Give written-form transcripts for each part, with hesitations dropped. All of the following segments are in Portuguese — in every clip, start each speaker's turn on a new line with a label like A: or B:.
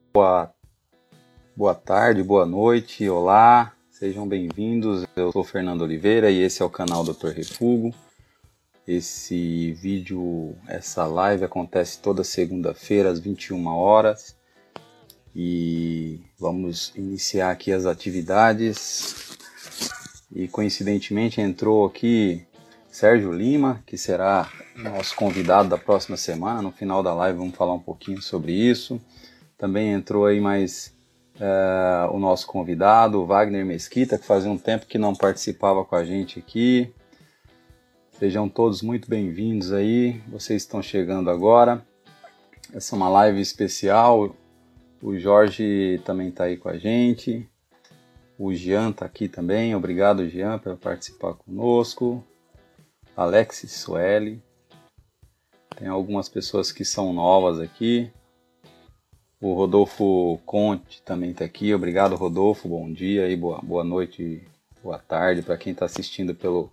A: Boa, boa tarde, boa noite, olá, sejam bem-vindos. Eu sou Fernando Oliveira e esse é o canal Dr. Refugo. Esse vídeo, essa live acontece toda segunda-feira às 21 horas e vamos iniciar aqui as atividades. E coincidentemente entrou aqui Sérgio Lima, que será nosso convidado da próxima semana. No final da live vamos falar um pouquinho sobre isso. Também entrou aí mais o nosso convidado, Wagner Mesquita, que fazia um tempo que não participava com a gente aqui. Sejam todos muito bem-vindos aí, vocês estão chegando agora. Essa é uma live especial, o Jorge também está aí com a gente. O Jean está aqui também, obrigado Jean por participar conosco. Alexis Sueli. Tem algumas pessoas que são novas aqui. O Rodolfo Conte também está aqui. Obrigado, Rodolfo. Bom dia e boa noite, boa tarde para quem está assistindo pelo...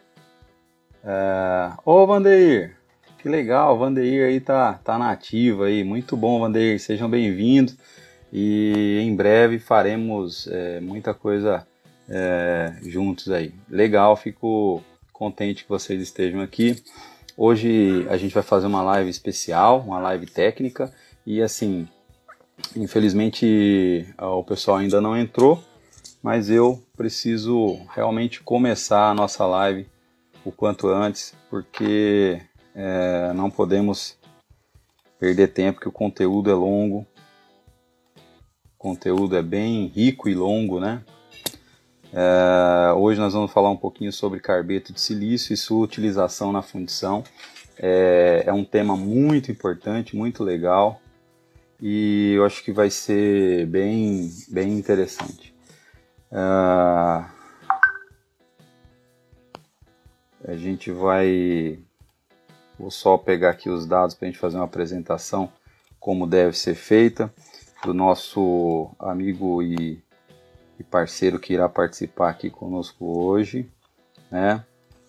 A: Ô, Vandeir! Que legal, o Vandeir aí tá na ativa aí. Muito bom, Vandeir. Sejam bem-vindos. E em breve faremos muita coisa juntos aí. Legal, fico contente que vocês estejam aqui. Hoje a gente vai fazer uma live especial, uma live técnica. E assim... Infelizmente o pessoal ainda não entrou, mas eu preciso realmente começar a nossa live o quanto antes, porque não podemos perder tempo, que o conteúdo é longo, o conteúdo é bem rico e longo, né? Hoje nós vamos falar um pouquinho sobre carbeto de silício e sua utilização na fundição. É um tema muito importante, muito legal. E eu acho que vai ser bem interessante. Vou só pegar aqui os dados para a gente fazer uma apresentação como deve ser feita, do nosso amigo e parceiro que irá participar aqui conosco hoje, né?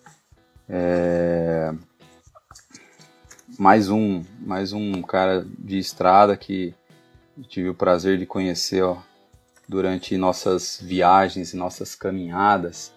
A: Mais um cara de estrada que tive o prazer de conhecer durante nossas viagens e nossas caminhadas.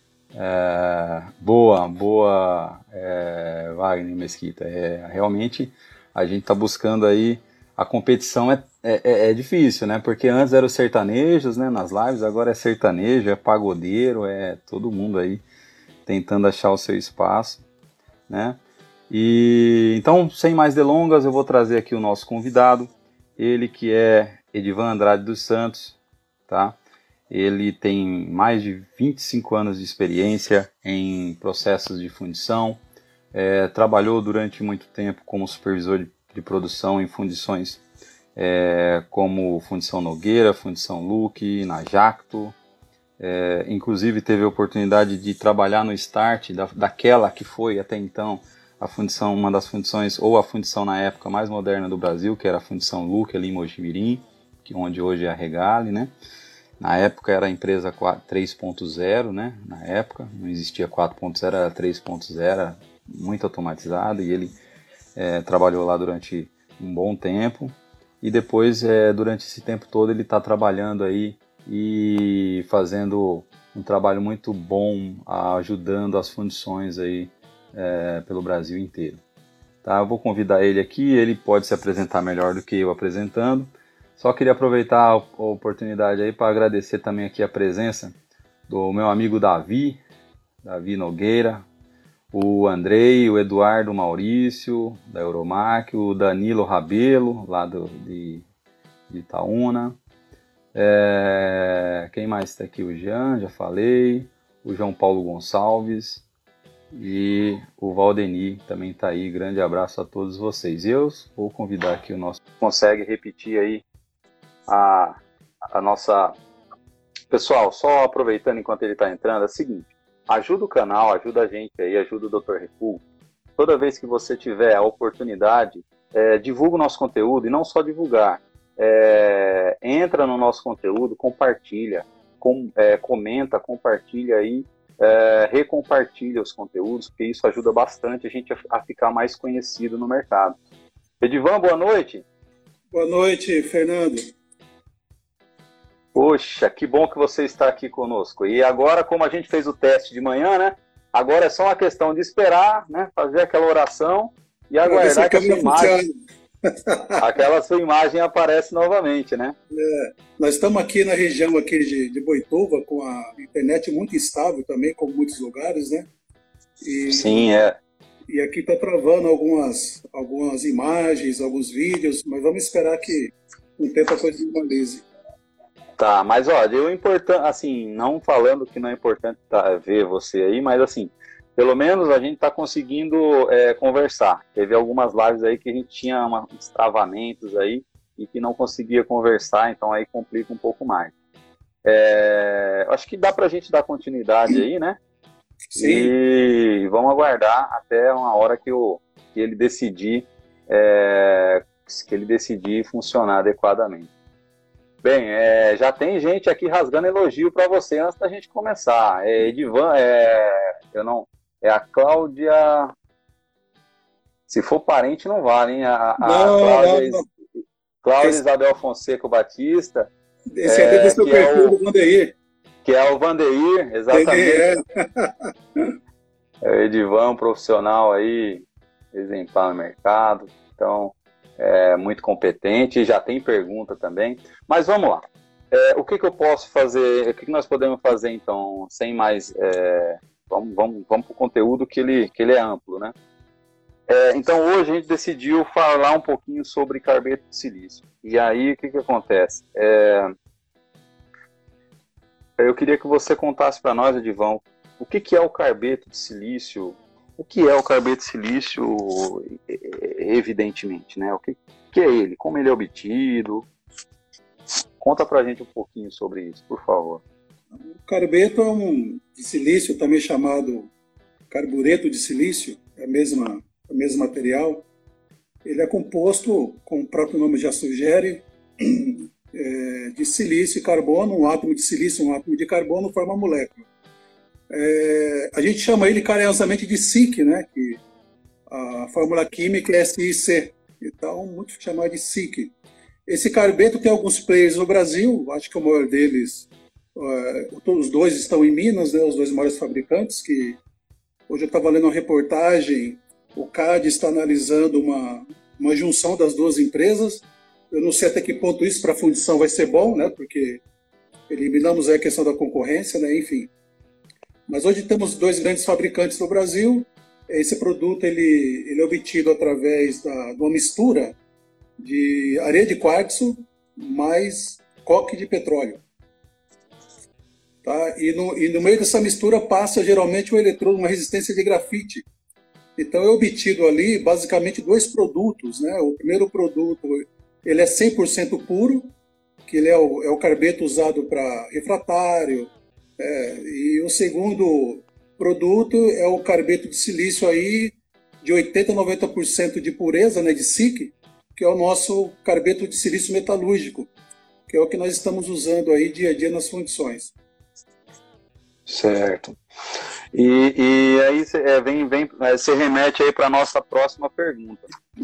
A: Wagner Mesquita. Realmente a gente está buscando aí, a competição é difícil, né? Porque antes eram os sertanejos, né, nas lives, agora é sertanejo, é pagodeiro, é todo mundo aí tentando achar o seu espaço, né? E então, sem mais delongas, eu vou trazer aqui o nosso convidado, ele que é Edivan Andrade dos Santos, tá? Ele tem mais de 25 anos de experiência em processos de fundição, trabalhou durante muito tempo como supervisor de produção em fundições como Fundição Nogueira, Fundição Luque, na Jacto. Inclusive teve a oportunidade de trabalhar no start daquela que foi até então a fundição, uma das fundições, ou a fundição na época mais moderna do Brasil, que era a Fundição Luque, ali em Mojimirim, onde hoje é a Regale, né? Na época era a empresa 3.0, né? Na época, não existia 4.0, era 3.0, muito automatizado, e ele trabalhou lá durante um bom tempo, e depois, durante esse tempo todo, ele está trabalhando aí e fazendo um trabalho muito bom, ajudando as fundições aí pelo Brasil inteiro. Tá? Eu vou convidar ele aqui, ele pode se apresentar melhor do que eu apresentando. Só queria aproveitar a oportunidade aí para agradecer também aqui a presença do meu amigo Davi Nogueira, o Andrei, o Eduardo Maurício, da Euromac, o Danilo Rabelo, lá de Itaúna. Quem mais está aqui? O Jean, já falei, o João Paulo Gonçalves e o Valdeni também está aí. Grande abraço a todos vocês. Eu vou convidar aqui o nosso... Consegue repetir aí a nossa... Pessoal, só aproveitando enquanto ele está entrando, é o seguinte, ajuda o canal, ajuda a gente aí, ajuda o Dr. Refugo. Toda vez que você tiver a oportunidade, divulga o nosso conteúdo, e não só divulgar, entra no nosso conteúdo, compartilha, comenta, compartilha aí, recompartilha os conteúdos, porque isso ajuda bastante a gente a ficar mais conhecido no mercado. Edivan, boa noite.
B: Boa noite, Fernando.
A: Poxa, que bom que você está aqui conosco. E agora, como a gente fez o teste de manhã, né? Agora é só uma questão de esperar, né? Fazer aquela oração e
B: Para ver se a
A: aguardar que a sua
B: câmera funciona.
A: imagem, aquela sua imagem aparece novamente, né?
B: Nós estamos aqui na região aqui de Boituva, com a internet muito instável também, como muitos lugares, né?
A: Sim,
B: E,
A: é.
B: e aqui está travando algumas imagens, alguns vídeos, mas vamos esperar que com o tempo a coisa normalize.
A: Tá, mas olha, eu importante, assim, não falando que não é importante ver você aí, mas assim, pelo menos a gente está conseguindo conversar. Teve algumas lives aí que a gente tinha uns travamentos aí e que não conseguia conversar, então aí complica um pouco mais. Acho que dá para a gente dar continuidade aí, né?
B: Sim,
A: E vamos aguardar até uma hora que ele decidir, que ele decidir funcionar adequadamente. Bem, já tem gente aqui rasgando elogio para você antes da gente começar. Edivan, eu não, é a Cláudia. Se for parente, não vale, hein? A
B: não, não,
A: Cláudia,
B: não.
A: Cláudia
B: Esse,
A: Isabel Fonseca Batista,
B: esse é dentro do seu
A: que é
B: perfil do Vandeir.
A: o Vandeir,
B: É,
A: exatamente. É o Edivan, um profissional aí, exemplar no mercado. Então, muito competente, já tem pergunta também. Mas vamos lá. O que eu posso fazer, o que nós podemos fazer então, sem mais... vamos para o conteúdo que ele é amplo, né? Então, hoje a gente decidiu falar um pouquinho sobre carbeto de silício. E aí, o que acontece? Eu queria que você contasse para nós, Edivão, o que é o carbeto de silício? O que é o carbeto de silício, evidentemente, né? O que é ele? Como ele é obtido? Conta pra gente um pouquinho sobre isso, por favor.
B: o carbeto é um de silício, também chamado carbureto de silício, é o mesmo material. Ele é composto, como o próprio nome já sugere, de silício e carbono. Um átomo de silício e um átomo de carbono formam a molécula. A gente chama ele carinhosamente de SiC, né? Que a fórmula química é SiC, então muito chamado de SiC. Esse carbeto tem alguns players no Brasil, acho que o maior deles, os dois estão em Minas, né? Os dois maiores fabricantes, que hoje eu estava lendo uma reportagem, o CAD está analisando uma junção das duas empresas. Eu não sei até que ponto isso para a fundição vai ser bom, né? Porque eliminamos a questão da concorrência, né? Enfim. Mas hoje temos dois grandes fabricantes no Brasil. Esse produto ele é obtido através de uma mistura de areia de quartzo mais coque de petróleo. Tá? E no meio dessa mistura passa geralmente um eletrodo, uma resistência de grafite. Então é obtido ali basicamente dois produtos. Né? O primeiro produto ele é 100% puro, que ele é o carbeto usado para refratário, e o segundo produto é o carbeto de silício aí de 80% a 90% de pureza, né, de SiC, que é o nosso carbeto de silício metalúrgico, que é o que nós estamos usando aí dia a dia nas fundições.
A: Certo. E aí você remete aí para a nossa próxima pergunta.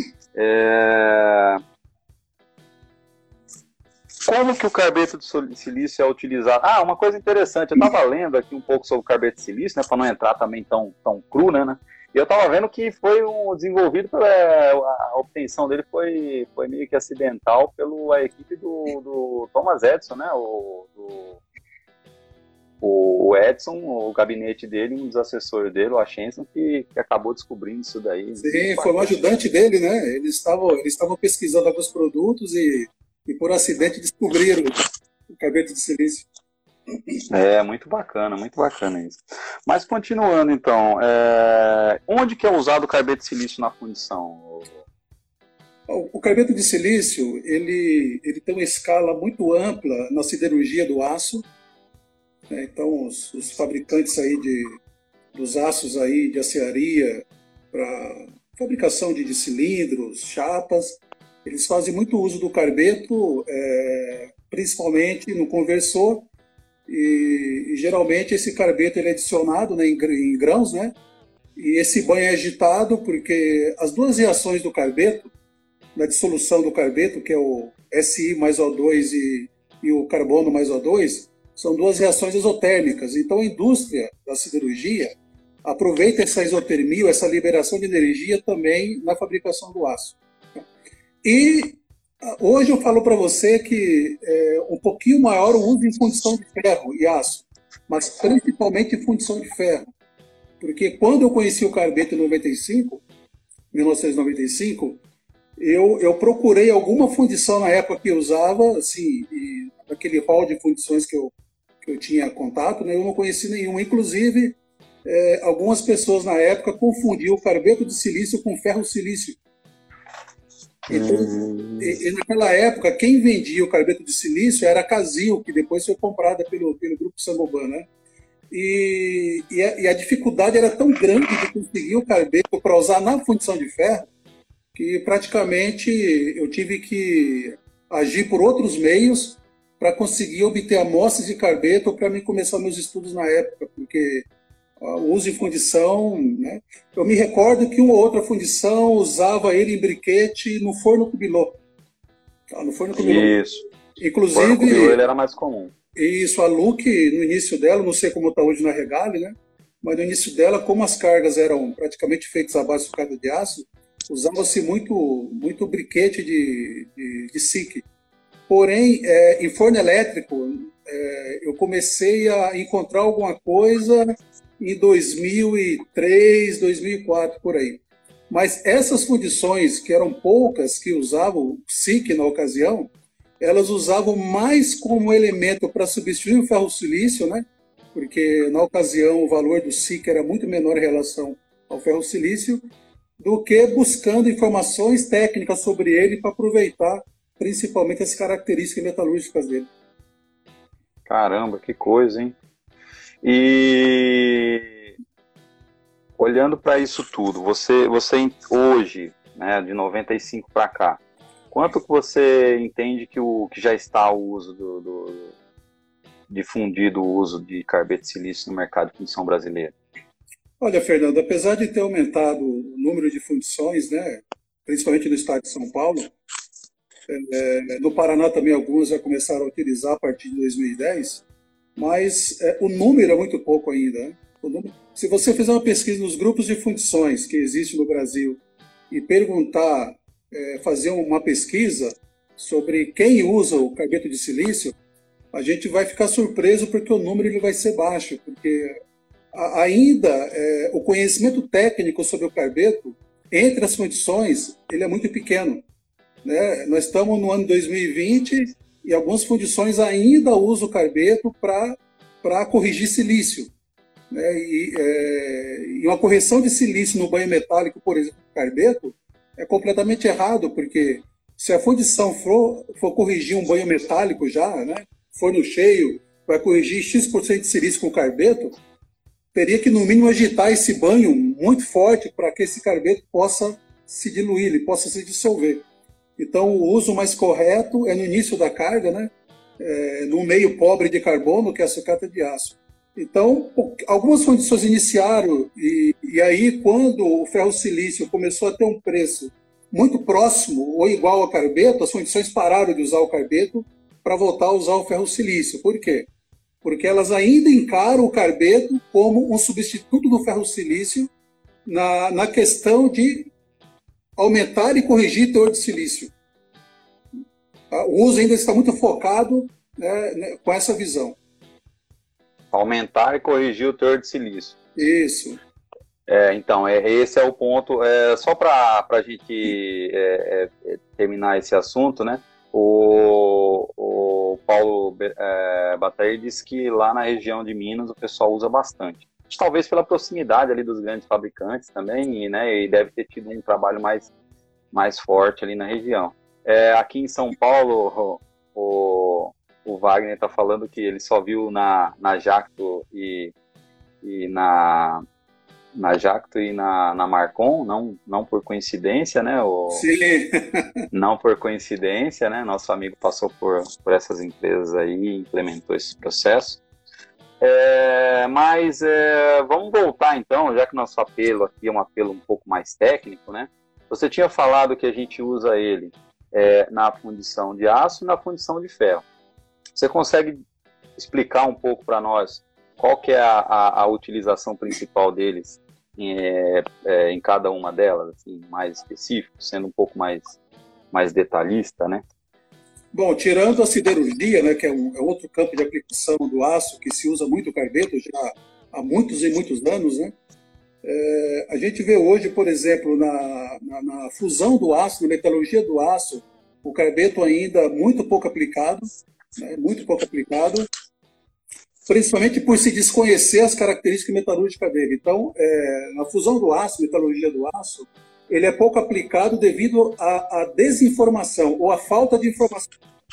A: Como que o carbeto de silício é utilizado? Uma coisa interessante, eu estava lendo aqui um pouco sobre o carbeto de silício, né, para não entrar também tão cru, né? E eu estava vendo que foi desenvolvido, a obtenção dele foi meio que acidental pela equipe do Thomas Edison, né? O Edison, o gabinete dele, um dos assessores dele, o Ascension, que acabou descobrindo isso daí.
B: Sim, foi um ajudante dele, né? Eles estavam pesquisando alguns produtos e por acidente descobriram o carbeto de silício.
A: Muito bacana isso. Mas continuando então, onde que é usado o carbeto de silício na fundição?
B: O carbeto de silício ele tem uma escala muito ampla na siderurgia do aço. Né? Então os fabricantes aí dos aços aí de aciaria para fabricação de cilindros, chapas, eles fazem muito uso do carbeto, principalmente no conversor. E geralmente esse carbeto ele é adicionado, né, em grãos, né? E esse banho é agitado porque as duas reações do carbeto na dissolução do carbeto, que é o Si mais O2 e o carbono mais O2, são duas reações exotérmicas. Então, a indústria da siderurgia aproveita essa isotermia, essa liberação de energia também na fabricação do aço. E hoje eu falo para você que é um pouquinho maior o uso em fundição de ferro e aço, mas principalmente em fundição de ferro. Porque quando eu conheci o carbeto em 1995, eu procurei alguma fundição na época que eu usava, assim, e aquele hall de fundições que eu tinha contato, né, eu não conheci nenhuma. Inclusive, algumas pessoas na época confundiam o carbeto de silício com ferro-silício. Então, e naquela época, quem vendia o carbeto de silício era a Casil, que depois foi comprada pelo grupo Saint-Gobain, né? E a dificuldade era tão grande de conseguir o carbeto para usar na fundição de ferro, que praticamente eu tive que agir por outros meios para conseguir obter amostras de carbeto para mim começar meus estudos na época, porque o uso em fundição, né? Eu me recordo que uma ou outra fundição usava ele em briquete no forno cubilot. No forno cubilot.
A: Isso.
B: Inclusive,
A: o forno cubilot ele era mais comum.
B: Isso, a Luc, no início dela, não sei como está hoje na Regale, né? Mas no início dela, como as cargas eram praticamente feitas à base de sucata de aço, usava-se muito briquete de SIC. Porém, em forno elétrico, eu comecei a encontrar alguma coisa em 2003, 2004, por aí. Mas essas fundições, que eram poucas, que usavam o SIC na ocasião, elas usavam mais como elemento para substituir o ferro-silício, né? Porque na ocasião o valor do SIC era muito menor em relação ao ferro-silício, do que buscando informações técnicas sobre ele para aproveitar principalmente as características metalúrgicas dele.
A: Caramba, que coisa, hein? E olhando para isso tudo, você hoje, né, de 95 para cá, quanto que você entende que já está o uso difundido o uso de carbeto de silício no mercado de fundição brasileiro?
B: Olha, Fernando, apesar de ter aumentado o número de fundições, né, principalmente no estado de São Paulo, no Paraná também algumas já começaram a utilizar a partir de 2010, mas o número é muito pouco ainda. Né? Se você fizer uma pesquisa nos grupos de fundições que existem no Brasil e perguntar, fazer uma pesquisa sobre quem usa o carbeto de silício, a gente vai ficar surpreso porque o número ele vai ser baixo, porque ainda o conhecimento técnico sobre o carbeto entre as fundições ele é muito pequeno. Né? Nós estamos no ano 2020 e algumas fundições ainda usam o carbeto para corrigir silício. Né? E uma correção de silício no banho metálico, por exemplo, carbeto, é completamente errado, porque se a fundição for corrigir um banho metálico já, né? Forno cheio, vai corrigir X% de silício com carbeto, teria que, no mínimo, agitar esse banho muito forte para que esse carbeto possa se diluir, ele possa se dissolver. Então, o uso mais correto é no início da carga, né? No meio pobre de carbono, que é a sucata de aço. Então, algumas fundições iniciaram, e aí, quando o ferro-silício começou a ter um preço muito próximo ou igual ao carbeto, as fundições pararam de usar o carbeto para voltar a usar o ferro-silício. Por quê? Porque elas ainda encaram o carbeto como um substituto do ferro-silício na questão de aumentar e corrigir o teor de silício. O uso ainda está muito focado, né, com essa visão.
A: Aumentar e corrigir o teor de silício.
B: Isso.
A: Então, esse é o ponto. Só para a gente terminar esse assunto, né? O Paulo Bataille disse que lá na região de Minas o pessoal usa bastante. Talvez pela proximidade ali dos grandes fabricantes também, né? E deve ter tido um trabalho mais forte ali na região. Aqui em São Paulo, o Wagner está falando que ele só viu na Jacto e na Jacto e na Marcon, não por coincidência, né?
B: Sim.
A: Não por coincidência, né? Nosso amigo passou por essas empresas aí e implementou esse processo. Mas vamos voltar então, já que nosso apelo aqui é um apelo um pouco mais técnico, né? Você tinha falado que a gente usa ele na fundição de aço e na fundição de ferro. Você consegue explicar um pouco para nós qual que é a utilização principal deles em cada uma delas, assim, mais específico, sendo um pouco mais detalhista, né?
B: Bom, tirando a siderurgia, né, que é outro campo de aplicação do aço, que se usa muito o carbeto já há muitos e muitos anos, né? A gente vê hoje, por exemplo, na fusão do aço, na metalurgia do aço, o carbeto ainda muito pouco aplicado, né, muito pouco aplicado, principalmente por se desconhecer as características metalúrgicas dele. Então, na fusão do aço, metalurgia do aço, ele é pouco aplicado devido à desinformação ou à falta de informação.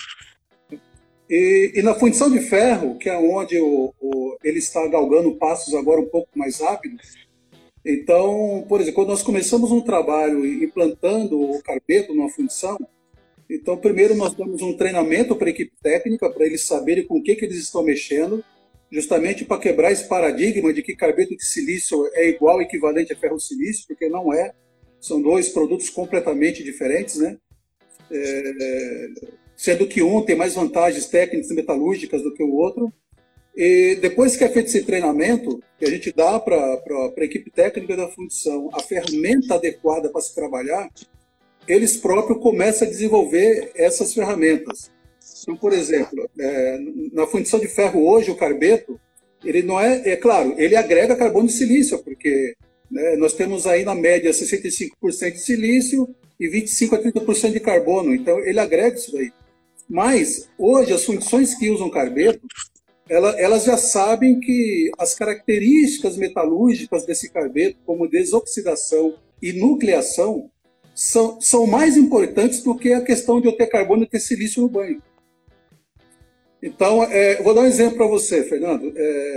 B: E na fundição de ferro, que é onde ele está galgando passos agora um pouco mais rápidos. Então, por exemplo, quando nós começamos um trabalho implantando o carbeto numa fundição, então primeiro nós damos um treinamento para a equipe técnica, para eles saberem com o que eles estão mexendo, justamente para quebrar esse paradigma de que carbeto de silício é igual, equivalente a ferro-silício, porque não é. São dois produtos completamente diferentes, né? Sendo que um tem mais vantagens técnicas e metalúrgicas do que o outro. E depois que é feito esse treinamento, que a gente dá para a equipe técnica da fundição a ferramenta adequada para se trabalhar, eles próprios começam a desenvolver essas ferramentas. Então, por exemplo, na fundição de ferro hoje, o carbeto, ele não é claro, ele agrega carbono de silício, porque nós temos aí na média 65% de silício e 25% a 30% de carbono, então ele agrega isso daí. Mas, hoje, as fundições que usam carbeto, elas já sabem que as características metalúrgicas desse carbeto, como desoxidação e nucleação, são mais importantes do que a questão de eu ter carbono e ter silício no banho. Então, vou dar um exemplo para você, Fernando.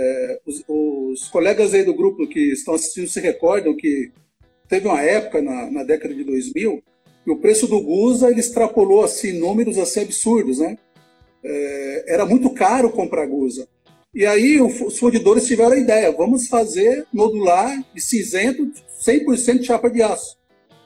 B: Os colegas aí do grupo que estão assistindo se recordam que teve uma época, na década de 2000, que o preço do Gusa ele extrapolou assim, números assim, absurdos, né? Era muito caro comprar Gusa. E aí os fundidores tiveram a ideia, vamos fazer modular e cinzento 100% de chapa de aço.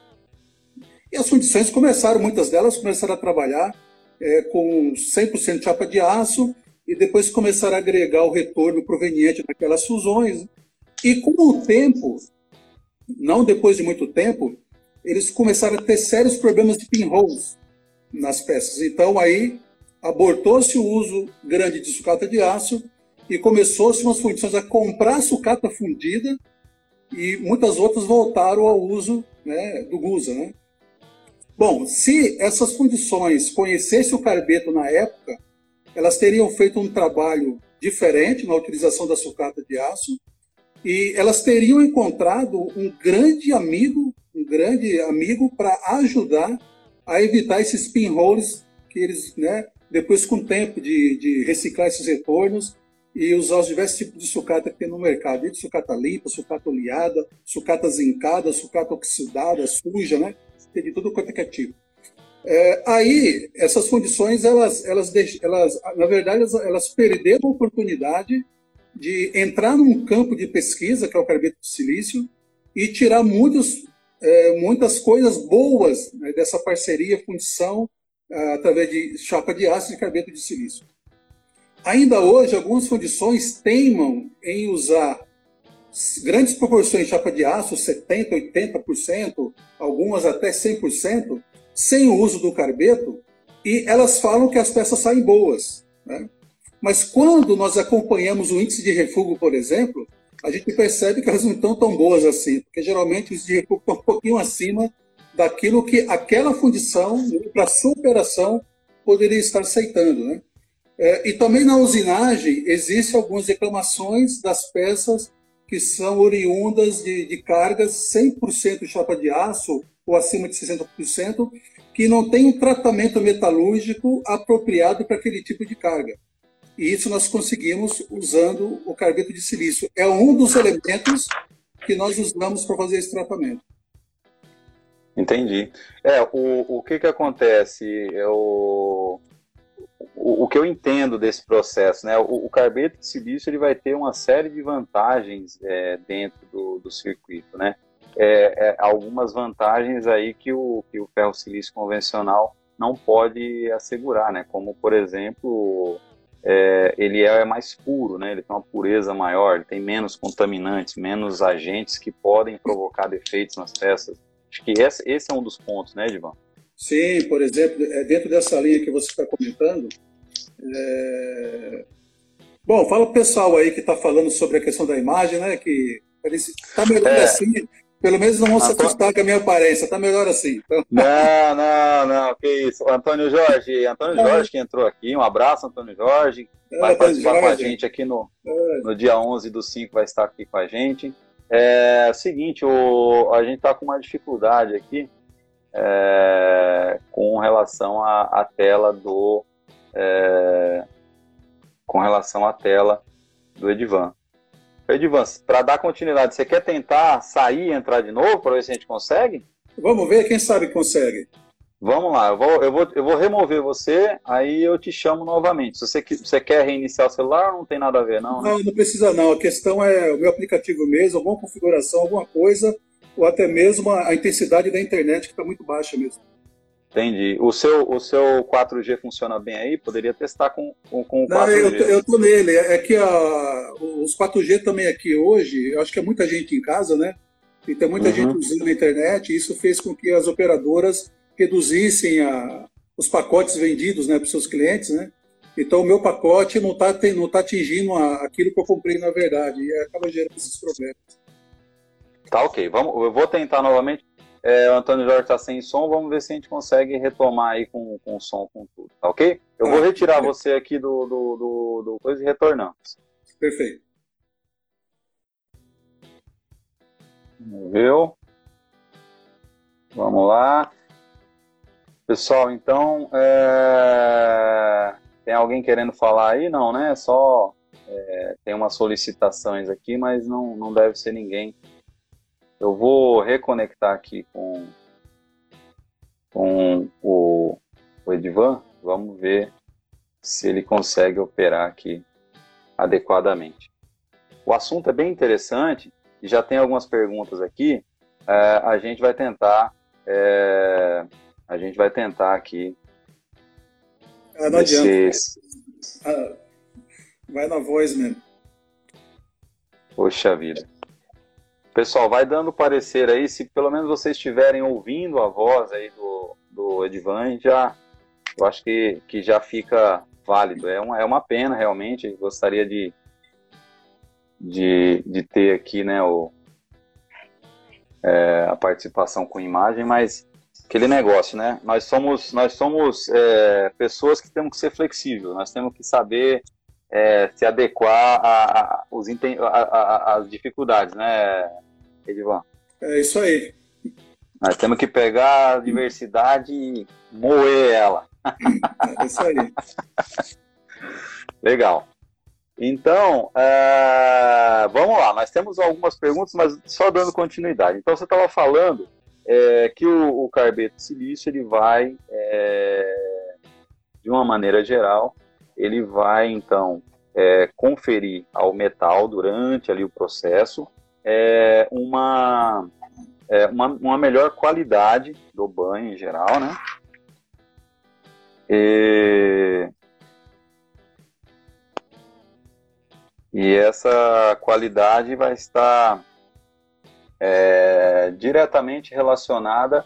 B: E as fundições muitas delas começaram a trabalhar com 100% de chapa de aço e depois começaram a agregar o retorno proveniente daquelas fusões. E com o tempo, não depois de muito tempo, eles começaram a ter sérios problemas de pinholes nas peças. Então aí abortou-se o uso grande de sucata de aço e começou-se umas fundições a comprar sucata fundida e muitas outras voltaram ao uso, né, do Gusa, né? Bom, se essas fundições conhecessem o carbeto na época, elas teriam feito um trabalho diferente na utilização da sucata de aço e elas teriam encontrado um grande amigo para ajudar a evitar esses pinholes que eles, né, depois com o tempo de reciclar esses retornos e usar os diversos tipos de sucata que tem no mercado, de sucata limpa, sucata oleada, sucata zincada, sucata oxidada, suja, né? Tem de tudo quanto é tipo. Aí, essas fundições, na verdade, elas perderam a oportunidade de entrar num campo de pesquisa, que é o carbeto de silício, e tirar muitas coisas boas, né, dessa parceria fundição através de chapa de aço e carbeto de silício. Ainda hoje, algumas fundições teimam em usar grandes proporções de chapa de aço, 70%, 80%, algumas até 100%, sem o uso do carbeto, e elas falam que as peças saem boas, né? Mas quando nós acompanhamos o índice de refúgio, por exemplo, a gente percebe que elas não estão tão boas assim, porque geralmente o índice de refúgio está um pouquinho acima daquilo que aquela fundição, para sua operação, poderia estar aceitando, né? E também na usinagem existem algumas reclamações das peças que são oriundas de cargas 100% chapa de aço ou acima de 60%, que não tem um tratamento metalúrgico apropriado para aquele tipo de carga. E isso nós conseguimos usando o carbeto de silício. É um dos elementos que nós usamos para fazer esse tratamento.
A: Entendi. O que acontece? O que eu entendo desse processo, né? O carbeto de silício ele vai ter uma série de vantagens dentro do circuito, né? algumas vantagens aí que o ferro silício convencional não pode assegurar, né? Como, por exemplo, ele é mais puro, né? Ele tem uma pureza maior, ele tem menos contaminantes, menos agentes que podem provocar defeitos nas peças. Acho que esse é um dos pontos, né, Edivan?
B: Sim, por exemplo, dentro dessa linha que você está comentando, bom, fala pro pessoal aí que está falando sobre a questão da imagem, né? Que está melhor assim, pelo menos não vão se assustar com a minha aparência, está melhor assim. Então...
A: Não, que isso. Antônio Jorge que entrou aqui, um abraço, Antônio Jorge, vai participar com a gente aqui no dia 11/5, vai estar aqui com a gente. É o seguinte, a gente está com uma dificuldade aqui com relação à tela do Edivan. Edivan, para dar continuidade, você quer tentar sair e entrar de novo para ver se a gente consegue?
B: Vamos ver, quem sabe consegue.
A: Vamos lá, eu vou remover você, aí eu te chamo novamente. Se você quer reiniciar o celular, não tem nada a ver, não?
B: Não, não precisa não. A questão é o meu aplicativo mesmo, alguma configuração, alguma coisa, ou até mesmo a intensidade da internet, que está muito baixa mesmo.
A: Entendi. O seu 4G funciona bem aí? Poderia testar com o 4G.
B: Não, eu estou nele. É que os 4G também aqui hoje, eu acho que é muita gente em casa, né? E tem muita gente usando a internet, e isso fez com que as operadoras reduzissem os pacotes vendidos, né, para os seus clientes, né? Então o meu pacote não tá atingindo aquilo que eu comprei na verdade, e acaba gerando esses problemas.
A: Tá, ok. Eu vou tentar novamente. O Antônio Jorge está sem som, vamos ver se a gente consegue retomar aí com som, com tudo, tá ok? Eu vou retirar você aqui do coisa e retornamos.
B: Perfeito.
A: Vamos lá. Pessoal, então, tem alguém querendo falar aí? Não, né? Só tem umas solicitações aqui, mas não deve ser ninguém. Eu vou reconectar aqui com o Edivan. Vamos ver se ele consegue operar aqui adequadamente. O assunto é bem interessante e já tem algumas perguntas aqui. A gente vai tentar aqui.
B: Não adianta. Vai na voz mesmo.
A: Poxa vida. Pessoal, vai dando parecer aí, se pelo menos vocês estiverem ouvindo a voz aí do Edivan, eu acho que já fica válido. É uma pena, realmente. Eu gostaria de ter aqui, né, a participação com imagem, mas aquele negócio, né? Nós somos pessoas que temos que ser flexíveis, nós temos que saber se adequar às dificuldades, né, Edivan?
B: É isso aí.
A: Nós temos que pegar a diversidade e moer ela.
B: É isso aí.
A: Legal. Então, vamos lá. Nós temos algumas perguntas, mas só dando continuidade. Então, você estava falando que o carbeto de silício, ele vai, de uma maneira geral, ele vai, então, conferir ao metal, durante ali o processo, uma melhor qualidade do banho em geral, né? E essa qualidade vai estar diretamente relacionada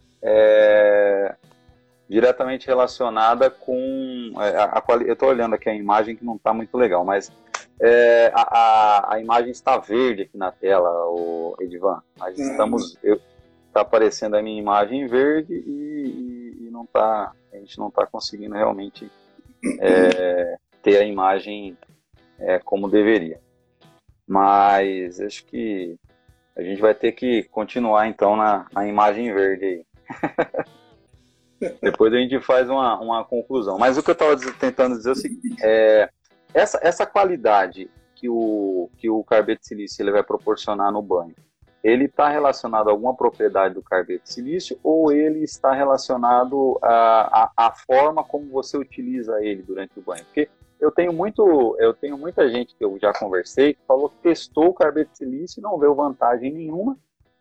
A: com eu estou olhando aqui a imagem que não está muito legal, mas a imagem está verde aqui na tela, o Edivan. Nós está aparecendo a minha imagem verde e não tá, a gente não está conseguindo realmente ter a imagem como deveria. Mas acho que a gente vai ter que continuar então na imagem verde aí. Depois a gente faz uma conclusão. Mas o que eu estava tentando dizer é o seguinte: essa qualidade que o carbeto de silício ele vai proporcionar no banho, ele está relacionado a alguma propriedade do carbeto de silício ou ele está relacionado à forma como você utiliza ele durante o banho? Porque eu tenho muita gente que eu já conversei que falou que testou o carbeto de silício e não viu vantagem nenhuma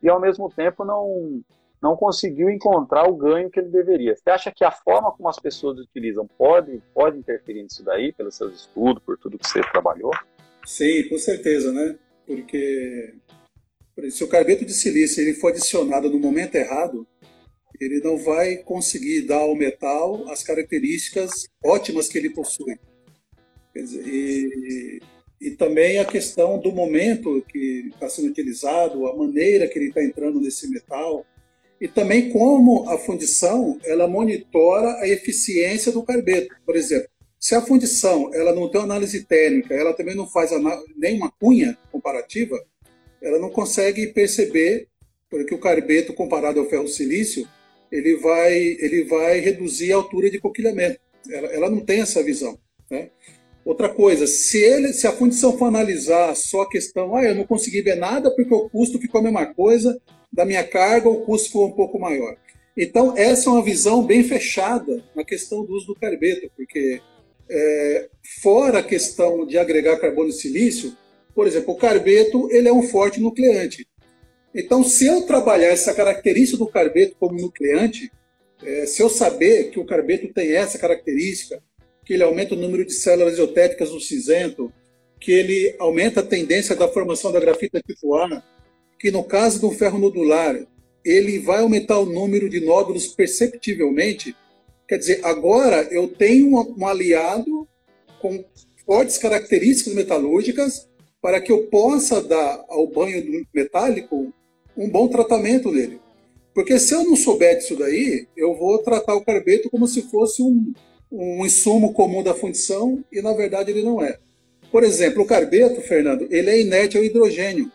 A: e ao mesmo tempo não conseguiu encontrar o ganho que ele deveria. Você acha que a forma como as pessoas utilizam pode interferir nisso daí, pelos seus estudos, por tudo que você trabalhou?
B: Sim, com certeza, né? Porque se o carbeto de silício ele for adicionado no momento errado, ele não vai conseguir dar ao metal as características ótimas que ele possui. Quer dizer, e também a questão do momento que está sendo utilizado, a maneira que ele está entrando nesse metal, e também como a fundição ela monitora a eficiência do carbeto. Por exemplo, se a fundição ela não tem análise térmica, ela também não faz nenhuma cunha comparativa, ela não consegue perceber porque o carbeto comparado ao ferro-silício ele vai reduzir a altura de coquilhamento. Ela não tem essa visão, né? Outra coisa, se a fundição for analisar só a questão, eu não consegui ver nada porque o custo ficou a mesma coisa, da minha carga o custo ficou um pouco maior. Então, essa é uma visão bem fechada na questão do uso do carbeto, porque fora a questão de agregar carbono e silício, por exemplo, o carbeto ele é um forte nucleante. Então, se eu trabalhar essa característica do carbeto como nucleante, se eu saber que o carbeto tem essa característica, que ele aumenta o número de células isotéticas no cinzento, que ele aumenta a tendência da formação da grafita tipo A, que no caso do ferro nodular, ele vai aumentar o número de nódulos perceptivelmente. Quer dizer, agora eu tenho um aliado com fortes características metalúrgicas para que eu possa dar ao banho metálico um bom tratamento nele. Porque se eu não souber disso daí, eu vou tratar o carbeto como se fosse um insumo comum da fundição e, na verdade, ele não é. Por exemplo, o carbeto, Fernando, ele é inerte ao hidrogênio.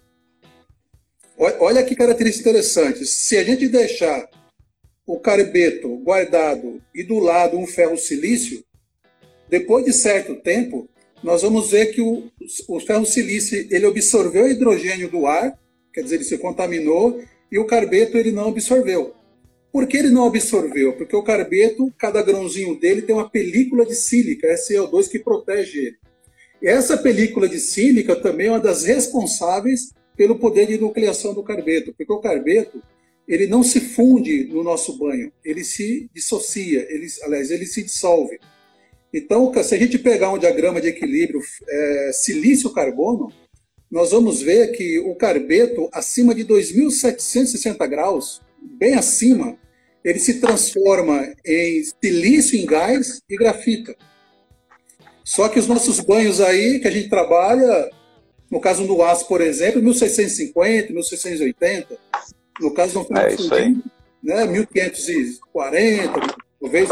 B: Olha que característica interessante. Se a gente deixar o carbeto guardado e do lado um ferro-silício, depois de certo tempo, nós vamos ver que o ferro-silício ele absorveu o hidrogênio do ar, quer dizer, ele se contaminou, e o carbeto ele não absorveu. Por que ele não absorveu? Porque o carbeto, cada grãozinho dele tem uma película de sílica, SiO2, que protege ele. E essa película de sílica também é uma das responsáveis pelo poder de nucleação do carbeto, porque o carbeto ele não se funde no nosso banho, ele se dissocia, ele se dissolve. Então, se a gente pegar um diagrama de equilíbrio silício-carbono, nós vamos ver que o carbeto, acima de 2.760 graus, bem acima, ele se transforma em silício em gás e grafita. Só que os nossos banhos aí, que a gente trabalha, no caso do aço, por exemplo, 1650, 1680, no caso do fundido, né, 1540, talvez.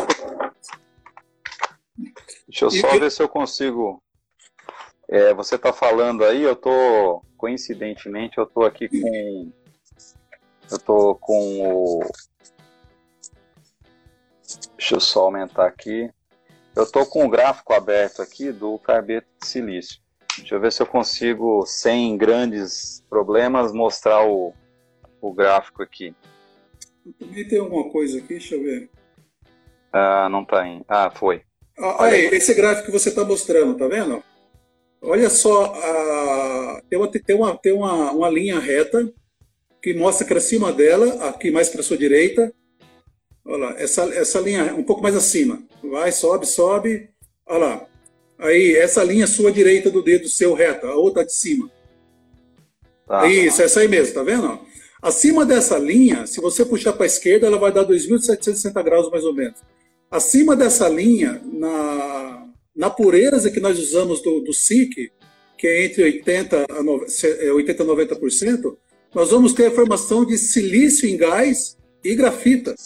A: Deixa eu só ver se eu consigo. Você está falando aí, coincidentemente, eu estou aqui com. Eu estou com o. Deixa eu só aumentar aqui. Eu estou com o gráfico aberto aqui do carbeto de silício. Deixa eu ver se eu consigo, sem grandes problemas, mostrar o gráfico aqui.
B: Também tem alguma coisa aqui, deixa eu ver.
A: Não está indo. Foi.
B: Aí, esse gráfico que você está mostrando, tá vendo? Olha só, tem uma linha reta que mostra que acima dela, aqui mais para a sua direita, olha lá, essa linha um pouco mais acima, vai, sobe, olha lá. Aí, essa linha sua direita do dedo seu reta, a outra de cima. Isso, essa aí mesmo, tá vendo? Acima dessa linha, se você puxar para a esquerda, ela vai dar 2.760 graus mais ou menos. Acima dessa linha, na pureza que nós usamos do SiC, que é entre 80% a 90%, nós vamos ter a formação de silício em gás e grafita.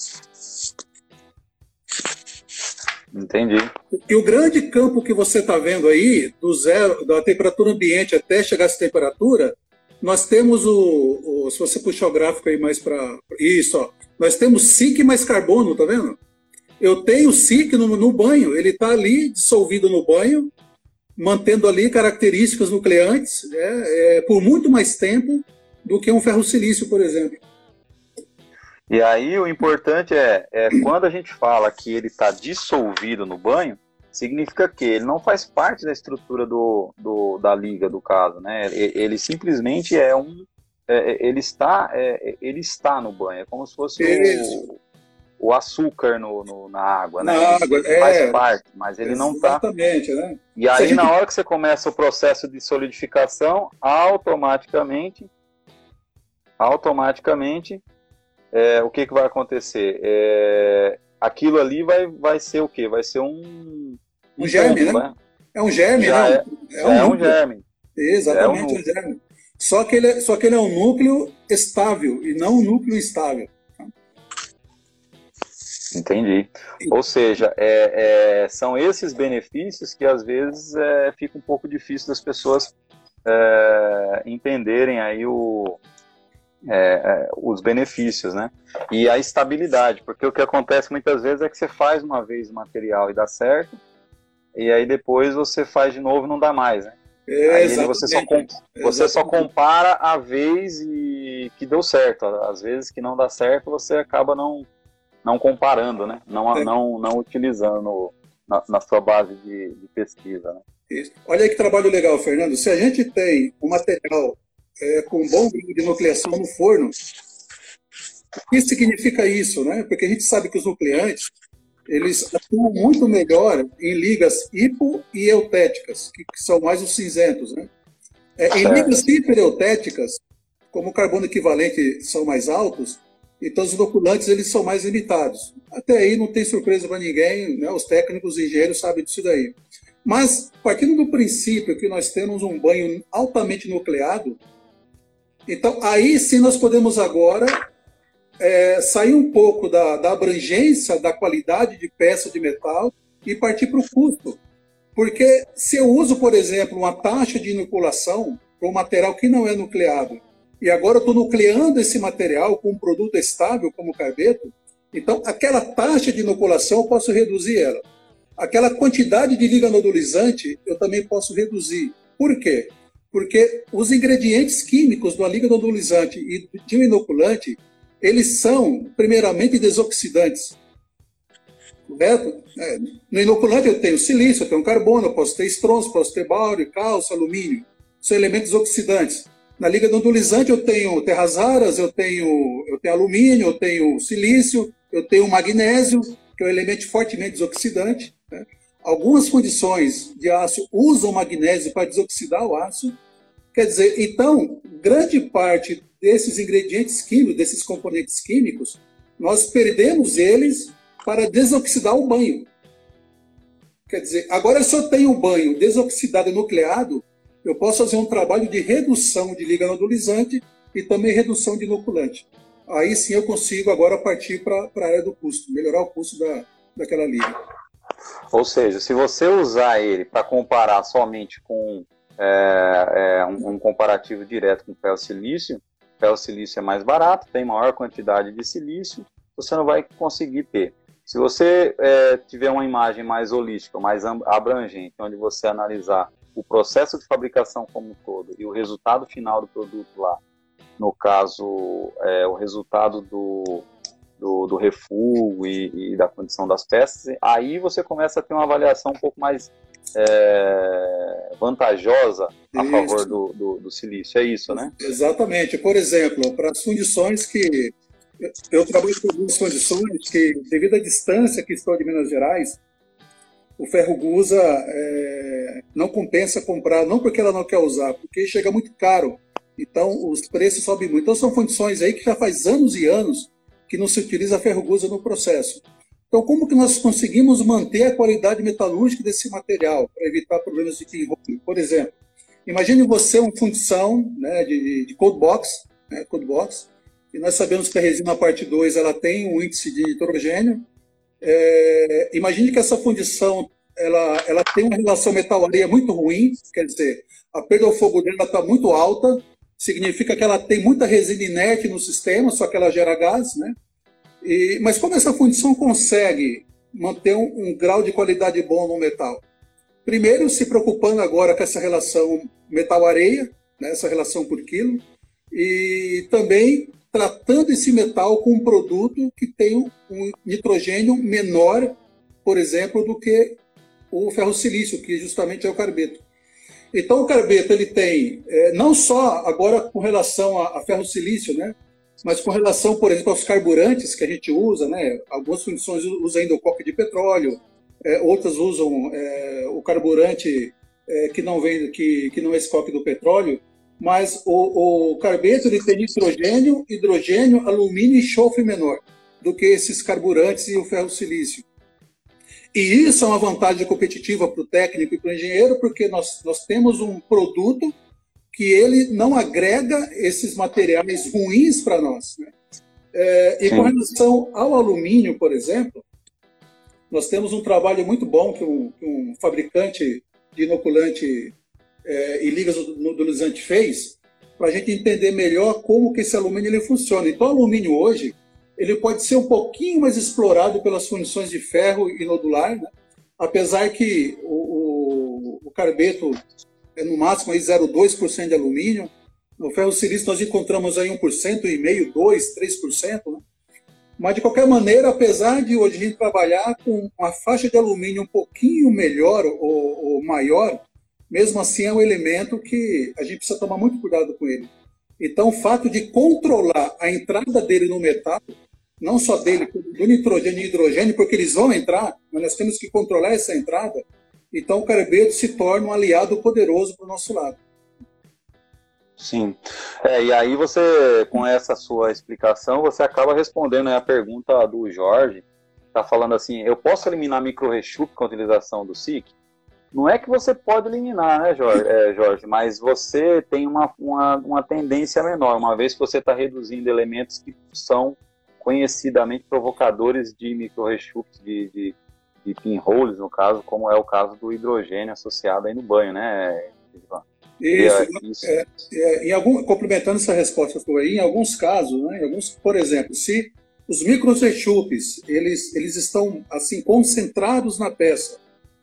A: Entendi.
B: E o grande campo que você está vendo aí, da temperatura ambiente até chegar a essa temperatura, nós temos se você puxar o gráfico aí mais para isso, ó, nós temos SiC mais carbono, tá vendo? Eu tenho SiC no banho, ele está ali dissolvido no banho, mantendo ali características nucleantes por muito mais tempo do que um ferro-silício, por exemplo.
A: E aí o importante quando a gente fala que ele está dissolvido no banho, significa que ele não faz parte da estrutura da liga, do caso, né? Ele simplesmente é ele está no banho, é como se fosse
B: Isso.
A: o açúcar na água, né?
B: Na água,
A: Ele faz parte, mas ele não está.
B: Exatamente, né?
A: E aí, na hora que você começa o processo de solidificação, automaticamente, o que vai acontecer? Aquilo ali vai ser o quê? Vai ser um
B: germe,
A: ponto,
B: né? É um germe,
A: já
B: né?
A: é um germe.
B: Exatamente, um germe. Só que ele é um núcleo estável e não um núcleo instável.
A: Entendi. Ou seja, são esses benefícios que às vezes fica um pouco difícil das pessoas entenderem aí os benefícios, né? E a estabilidade, porque o que acontece muitas vezes é que você faz uma vez o material e dá certo, e aí depois você faz de novo e não dá mais, né? Aí você só compara a vez que deu certo. Às vezes que não dá certo, você acaba não comparando, né? Não utilizando na sua base de pesquisa. Né?
B: Isso. Olha aí que trabalho legal, Fernando. Se a gente tem um material com um bom grau de nucleação no forno, o que significa isso, né? Porque a gente sabe que os nucleantes eles atuam muito melhor em ligas hipo e eutéticas, que são mais os cinzentos, né? Em ligas hipereutéticas, como o carbono equivalente são mais altos, então os inoculantes eles são mais limitados. Até aí não tem surpresa para ninguém, né? Os técnicos e engenheiros sabem disso daí. Mas, partindo do princípio que nós temos um banho altamente nucleado, então aí sim nós podemos agora sair um pouco da abrangência, da qualidade de peça de metal e partir para o custo. Porque se eu uso, por exemplo, uma taxa de inoculação para um material que não é nucleado, e agora eu estou nucleando esse material com um produto estável como o carbeto, então aquela taxa de inoculação eu posso reduzir ela. Aquela quantidade de liga nodulizante eu também posso reduzir. Por quê? Porque os ingredientes químicos da liga nodulizante e de um inoculante, eles são, primeiramente, desoxidantes. Correto? No inoculante eu tenho silício, eu tenho carbono, eu posso ter estrôncio, posso ter bário, cálcio, alumínio. São elementos oxidantes. Na liga nodulizante eu tenho terras raras, eu tenho alumínio, eu tenho silício, eu tenho magnésio, que é um elemento fortemente desoxidante. Né? Algumas condições de aço usam magnésio para desoxidar o aço. Quer dizer, então, grande parte desses ingredientes químicos, desses componentes químicos, nós perdemos eles para desoxidar o banho. Quer dizer, agora se eu tenho o banho desoxidado e nucleado, eu posso fazer um trabalho de redução de liga nodulizante e também redução de inoculante. Aí sim eu consigo agora partir para a área do custo, melhorar o custo daquela liga.
A: Ou seja, se você usar ele para comparar somente com um comparativo direto com ferro-silício é mais barato, tem maior quantidade de silício, você não vai conseguir ter. Se você tiver uma imagem mais holística, mais abrangente, onde você analisar o processo de fabricação como um todo e o resultado final do produto lá, no caso, o resultado do refugo e da condição das peças, aí você começa a ter uma avaliação um pouco mais vantajosa a favor do silício, é isso, né?
B: Exatamente. Por exemplo, para as condições que... Eu trabalho com algumas condições que, devido à distância que estou de Minas Gerais, o ferro gusa não compensa comprar, não porque ela não quer usar, porque chega muito caro. Então, os preços sobem muito. Então, são condições aí que já faz anos e anos que não se utiliza ferro gusa no processo. Então, como que nós conseguimos manter a qualidade metalúrgica desse material para evitar problemas de pinhole? Por exemplo, imagine você uma fundição, né, de cold box, né, e nós sabemos que a resina parte 2 ela tem um índice de nitrogênio. Imagine que essa fundição ela tem uma relação metal-areia muito ruim, quer dizer, a perda ao fogo dela está muito alta, significa que ela tem muita resina inerte no sistema, só que ela gera gás, né? Mas como essa fundição consegue manter um grau de qualidade bom no metal? Primeiro, se preocupando agora com essa relação metal-areia, né, essa relação por quilo, e também tratando esse metal com um produto que tem um nitrogênio menor, por exemplo, do que o ferro-silício, que justamente é o carbeto. Então, o carbeto ele tem, não só agora com relação a ferro-silício, né? Mas com relação, por exemplo, aos carburantes que a gente usa, né? Algumas fundições usam ainda o coque de petróleo, outras usam o carburante que não vem, que não é esse coque do petróleo, mas o carbeto ele tem nitrogênio, hidrogênio, alumínio e enxofre menor do que esses carburantes e o ferro-silício. E isso é uma vantagem competitiva para o técnico e para o engenheiro, porque nós temos um produto que ele não agrega esses materiais ruins para nós. Né? E com relação ao alumínio, por exemplo, nós temos um trabalho muito bom que um fabricante de inoculante e ligas odulizante fez, para a gente entender melhor como que esse alumínio ele funciona. Então, o alumínio hoje, ele pode ser um pouquinho mais explorado pelas fundições de ferro e nodular, né? Apesar que o carbeto é no máximo 0,2% de alumínio, no ferro-silício nós encontramos aí 1%, 1,5%, 2%, 3%, né? Mas, de qualquer maneira, apesar de hoje a gente trabalhar com uma faixa de alumínio um pouquinho melhor ou maior, mesmo assim é um elemento que a gente precisa tomar muito cuidado com ele. Então, o fato de controlar a entrada dele no metal, não só dele, do nitrogênio e hidrogênio, porque eles vão entrar, mas nós temos que controlar essa entrada, então o carbeto se torna um aliado poderoso para o nosso lado.
A: Sim. E aí você, com essa sua explicação, você acaba respondendo a pergunta do Jorge, está falando assim, eu posso eliminar micro-rechupe com a utilização do SIC? Não é que você pode eliminar, né, Jorge, mas você tem uma tendência menor, uma vez que você está reduzindo elementos que são conhecidamente provocadores de micro-rechupes, de pinholes, no caso, como é o caso do hidrogênio associado aí no banho, né, Ivan?
B: Isso. Complementando essa resposta sua aí, em alguns casos, né, por exemplo, se os micro-rechupes eles estão assim concentrados na peça,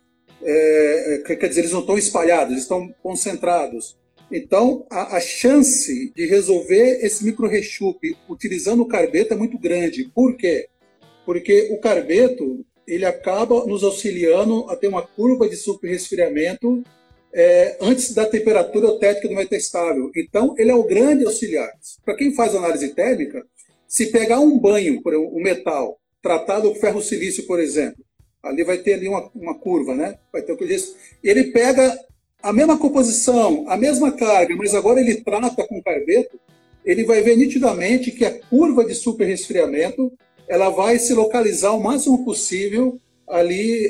B: quer dizer, eles não estão espalhados, estão concentrados. Então, a chance de resolver esse micro-rechupe utilizando o carbeto é muito grande. Por quê? Porque o carbeto ele acaba nos auxiliando a ter uma curva de superresfriamento antes da temperatura eutética do metal estável. Então, ele é o grande auxiliar. Para quem faz análise térmica, se pegar um banho, por um metal, tratado com ferro-silício, por exemplo, ali vai ter ali uma curva, né? Vai ter ele pega a mesma composição, a mesma carga, mas agora ele trata com carbeto, ele vai ver nitidamente que a curva de superresfriamento ela vai se localizar o máximo possível ali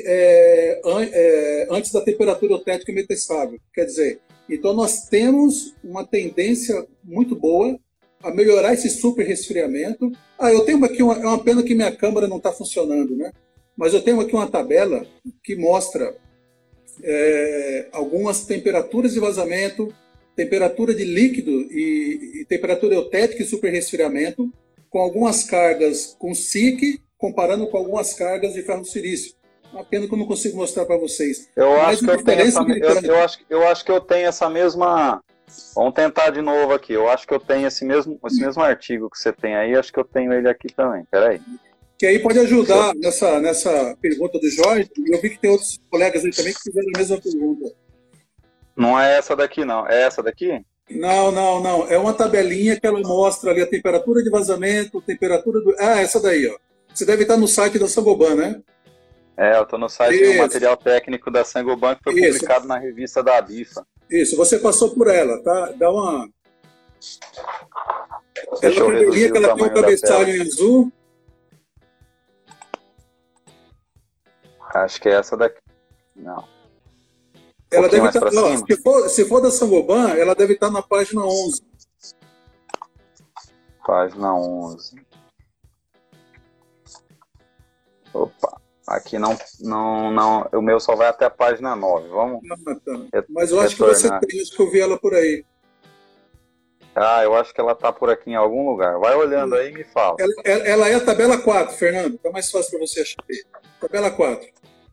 B: antes da temperatura eutética metastável. Quer dizer, então nós temos uma tendência muito boa a melhorar esse superresfriamento. Eu tenho aqui é uma pena que minha câmera não está funcionando, né? Mas eu tenho aqui uma tabela que mostra algumas temperaturas de vazamento, temperatura de líquido e temperatura eutética e superresfriamento, com algumas cargas com SiC, comparando com algumas cargas de ferro-silício. Uma pena que eu não consigo mostrar para vocês.
A: Eu acho que eu tenho essa mesma... Vamos tentar de novo aqui. Eu acho que eu tenho esse mesmo artigo que você tem aí, acho que eu tenho ele aqui também. Peraí.
B: Que aí pode ajudar nessa pergunta do Jorge, e eu vi que tem outros colegas aí também que fizeram a mesma pergunta.
A: Não é essa daqui, não. É essa daqui?
B: Não. É uma tabelinha que ela mostra ali a temperatura de vazamento, temperatura do... essa daí, ó. Você deve estar no site da Saint-Gobain, né?
A: Eu estou no site do material técnico da Saint-Gobain, que foi publicado na revista da ABIFA.
B: Isso, você passou por ela, tá? Dá uma...
A: Deixa eu reduzir
B: que ela tem um cabeçalho em azul.
A: Acho que é essa daqui. Não.
B: Ela deve estar... se for da Saint-Gobain, ela deve estar na página 11.
A: Página 11. Opa. Aqui não, o meu só vai até a página 9. Vamos.
B: Mas eu acho que você tem, acho que eu vi ela por aí.
A: Eu acho que ela está por aqui em algum lugar. Vai olhando aí e me fala.
B: Ela é a tabela 4, Fernando. Está mais fácil para você achar aí. Tabela 4.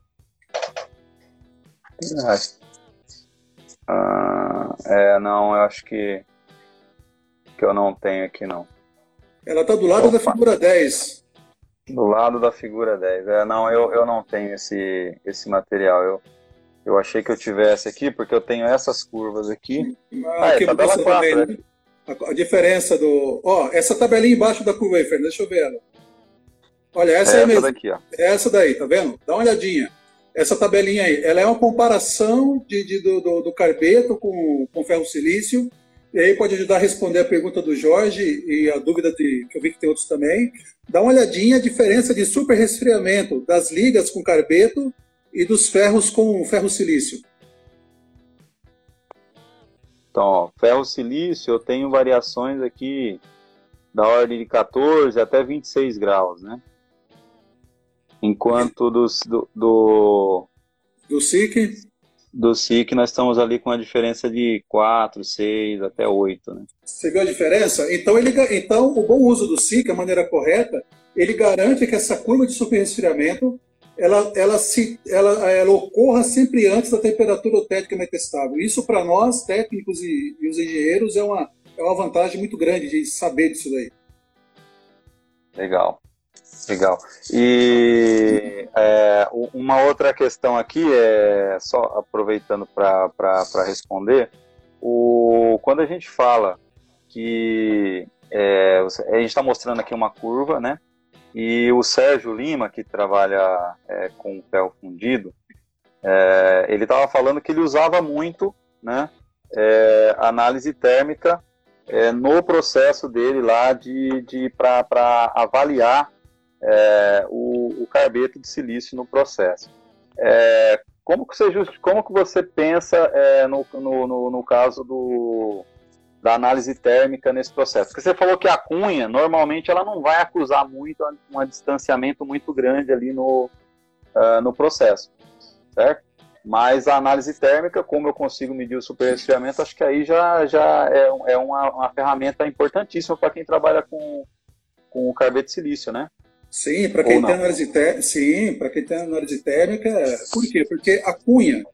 A: Não, eu acho que eu não tenho aqui, não.
B: Ela está do lado da figura 10.
A: Do lado da figura 10. Eu não tenho esse material. Eu achei que eu tivesse aqui, porque eu tenho essas curvas aqui.
B: Aqui
A: Tabela
B: você
A: 4,
B: também,
A: né?
B: né? A diferença do... Ó, essa tabelinha embaixo da curva aí, Fernando, deixa eu ver ela. Olha, essa
A: É
B: aí
A: essa
B: mesmo.
A: daqui, ó.
B: É essa daí, tá vendo? Dá uma olhadinha. Essa tabelinha aí, ela é uma comparação do carbeto com ferro silício, e aí pode ajudar a responder a pergunta do Jorge e a dúvida que eu vi que tem outros também. Dá uma olhadinha a diferença de superresfriamento das ligas com carbeto e dos ferros com ferro silício.
A: Então, ó, ferro silício, eu tenho variações aqui da ordem de 14 até 26 graus, né? Enquanto
B: Do SIC,
A: do SIC nós estamos ali com a diferença de 4, 6 até 8, né?
B: você viu a diferença? Então, o bom uso do SIC, a maneira correta, ele garante que essa curva de superresfriamento ela ocorra sempre antes da temperatura eutética metestável. Isso, para nós, técnicos e os engenheiros, é uma vantagem muito grande de saber disso daí.
A: Legal, legal. E uma outra questão aqui, só aproveitando para responder, quando a gente fala que a gente está mostrando aqui uma curva, né? E o Sérgio Lima, que trabalha com ferro fundido, ele estava falando que ele usava muito, né, análise térmica no processo dele lá para avaliar o carbeto de silício no processo. Como que você pensa no caso da análise térmica nesse processo? Porque você falou que a cunha, normalmente, ela não vai acusar muito um distanciamento muito grande ali no processo, certo? Mas a análise térmica, como eu consigo medir o superresfriamento, acho que aí já é uma ferramenta importantíssima para quem trabalha com o carbeto de silício, né?
B: Sim, para quem tem análise térmica, por quê? Porque a cunha,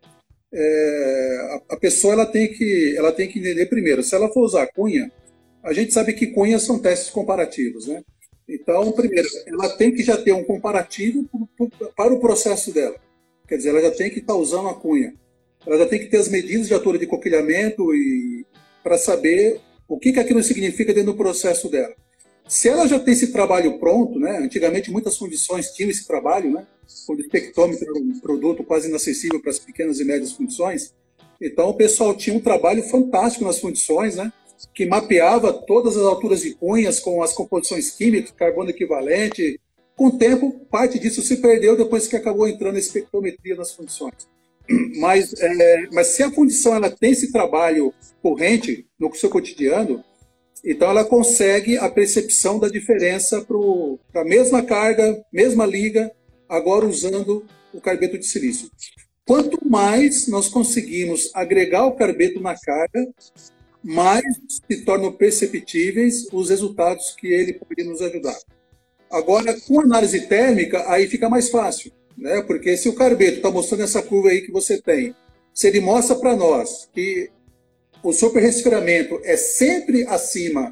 B: a pessoa ela tem que entender primeiro, se ela for usar cunha, a gente sabe que cunhas são testes comparativos, né? Então, primeiro, ela tem que já ter um comparativo para o processo dela. Quer dizer, ela já tem que estar usando a cunha. Ela já tem que ter as medidas de altura de coquilhamento e para saber o que aquilo significa dentro do processo dela. Se ela já tem esse trabalho pronto, né? Antigamente muitas fundições tinham esse trabalho, né? O espectrômetro era um produto quase inacessível para as pequenas e médias fundições. Então o pessoal tinha um trabalho fantástico nas fundições, né? Que mapeava todas as alturas de cunhas com as composições químicas, carbono equivalente. Com o tempo, parte disso se perdeu depois que acabou entrando a espectrometria nas fundições. Mas se a fundição ela tem esse trabalho corrente no seu cotidiano, então ela consegue a percepção da diferença para a mesma carga, mesma liga, agora usando o carbeto de silício. Quanto mais nós conseguimos agregar o carbeto na carga, mais se tornam perceptíveis os resultados que ele pode nos ajudar. Agora, com análise térmica, aí fica mais fácil, né? Porque se o carbeto está mostrando essa curva aí que você tem, se ele mostra para nós que o superresfriamento é sempre acima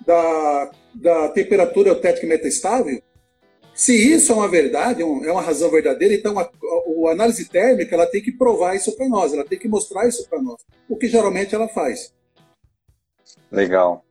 B: da temperatura eutética metastável, se isso é uma verdade, é uma razão verdadeira, então a análise térmica ela tem que provar isso para nós, ela tem que mostrar isso para nós, o que geralmente ela faz.
A: Legal.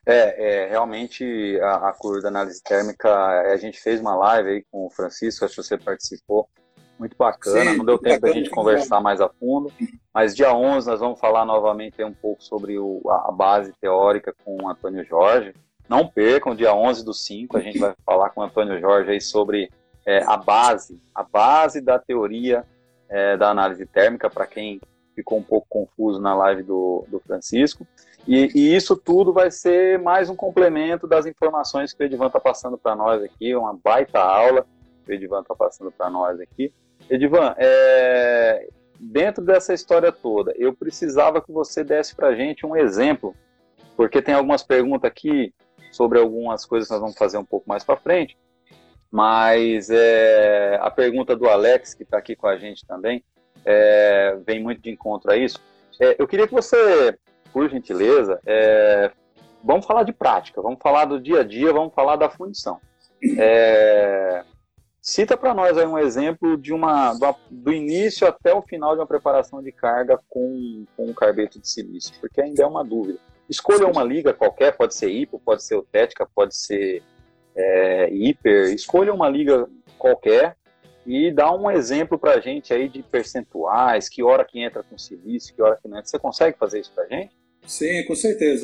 A: Realmente a curva da análise térmica, a gente fez uma live aí com o Francisco, acho que você participou, muito bacana. Sim, não deu tempo da gente conversar mais a fundo, mas dia 11 nós vamos falar novamente um pouco sobre a base teórica com o Antônio Jorge. Não percam, dia 11/5 a gente vai falar com o Antônio Jorge aí sobre a base da teoria da análise térmica, para quem ficou um pouco confuso na live do Francisco. E isso tudo vai ser mais um complemento das informações que o Edivan está passando para nós aqui, uma baita aula que o Edivan está passando para nós aqui. Edivan, dentro dessa história toda, eu precisava que você desse para a gente um exemplo, porque tem algumas perguntas aqui sobre algumas coisas que nós vamos fazer um pouco mais para frente, mas a pergunta do Alex, que está aqui com a gente também, vem muito de encontro a isso. Eu queria que você, por gentileza, vamos falar de prática, vamos falar do dia a dia, vamos falar da fundição. Cita para nós aí um exemplo do início até o final de uma preparação de carga com um carbeto de silício, porque ainda é uma dúvida. Escolha uma liga qualquer, pode ser hipo, pode ser eutética, pode ser hiper, escolha uma liga qualquer e dá um exemplo para a gente aí de percentuais, que hora que entra com silício, que hora que não entra. Você consegue fazer isso para a gente?
B: Sim, com certeza.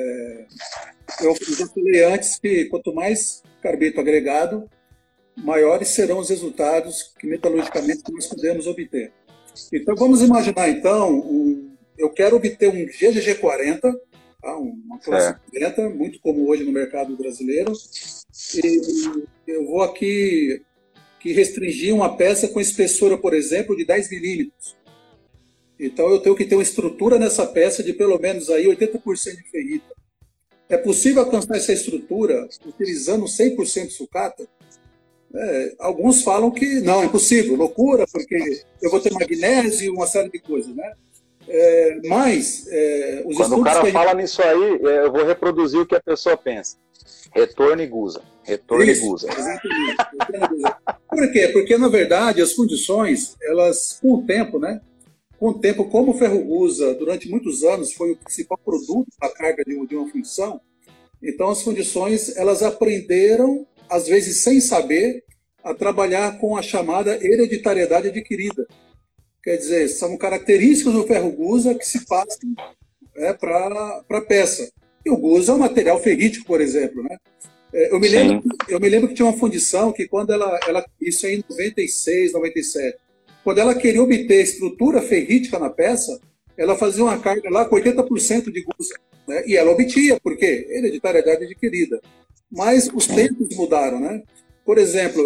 B: Eu já falei antes que quanto mais carbeto agregado, maiores serão os resultados que metalurgicamente nós podemos obter. Então vamos imaginar então, eu quero obter um GGG40, tá? Uma classe 40, muito comum hoje no mercado brasileiro, e eu vou aqui restringir uma peça com espessura, por exemplo, de 10 milímetros. Então eu tenho que ter uma estrutura nessa peça de pelo menos aí 80% de ferrita. É possível alcançar essa estrutura utilizando 100% sucata? Alguns falam que não, é impossível, loucura, porque eu vou ter magnésio e uma série de coisas, né? Mas os
A: Quando o cara fala nisso aí, eu vou reproduzir o que a pessoa pensa. Retorno e gusa. Retorno e gusa.
B: Exatamente. Por quê? Porque, na verdade, as fundições, elas, com o tempo, né? Com o tempo, como o ferro gusa, durante muitos anos, foi o principal produto da carga de uma fundição, então as fundições, elas aprenderam, às vezes sem saber, a trabalhar com a chamada hereditariedade adquirida. Quer dizer, são características do ferro gusa que se passam para a peça. E o gusa é um material ferrítico, por exemplo, né? Eu me lembro que tinha uma fundição que quando isso aí em 96, 97, quando ela queria obter estrutura ferrítica na peça, ela fazia uma carga lá com 80% de gusa, né? E ela obtinha, por quê? Hereditariedade adquirida. Mas os tempos mudaram, né? Por exemplo,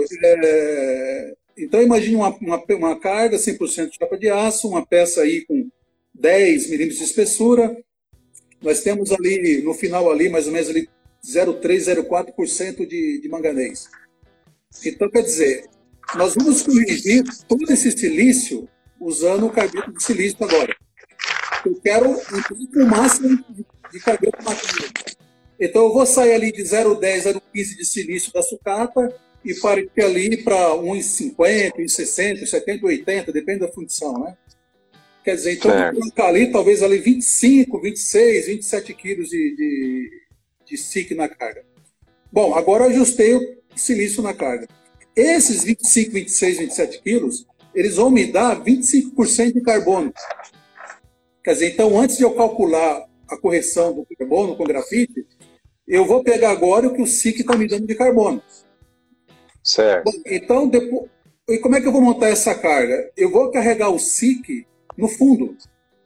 B: então imagine uma carga 100% de chapa de aço, uma peça aí com 10 milímetros de espessura. Nós temos ali, no final ali, mais ou menos ali 0,3, 0,4% de manganês. Então, quer dizer, nós vamos corrigir todo esse silício usando o carbeto de silício agora. Eu quero o máximo de carbeto material. Então, eu vou sair ali de 0,10, 0,15 de silício da sucata e partir ali para 1,50, 1,60, 70, 80, depende da fundição, né? Quer dizer, então, eu vou colocar ali talvez ali 25, 26, 27 quilos de SiC na carga. Bom, agora eu ajustei o silício na carga. Esses 25, 26, 27 quilos, eles vão me dar 25% de carbono. Quer dizer, então, antes de eu calcular a correção do carbono com grafite, eu vou pegar agora o que o SiC está me dando de carbono.
A: Certo.
B: Bom, então, depois, e como é que eu vou montar essa carga? Eu vou carregar o SiC no fundo.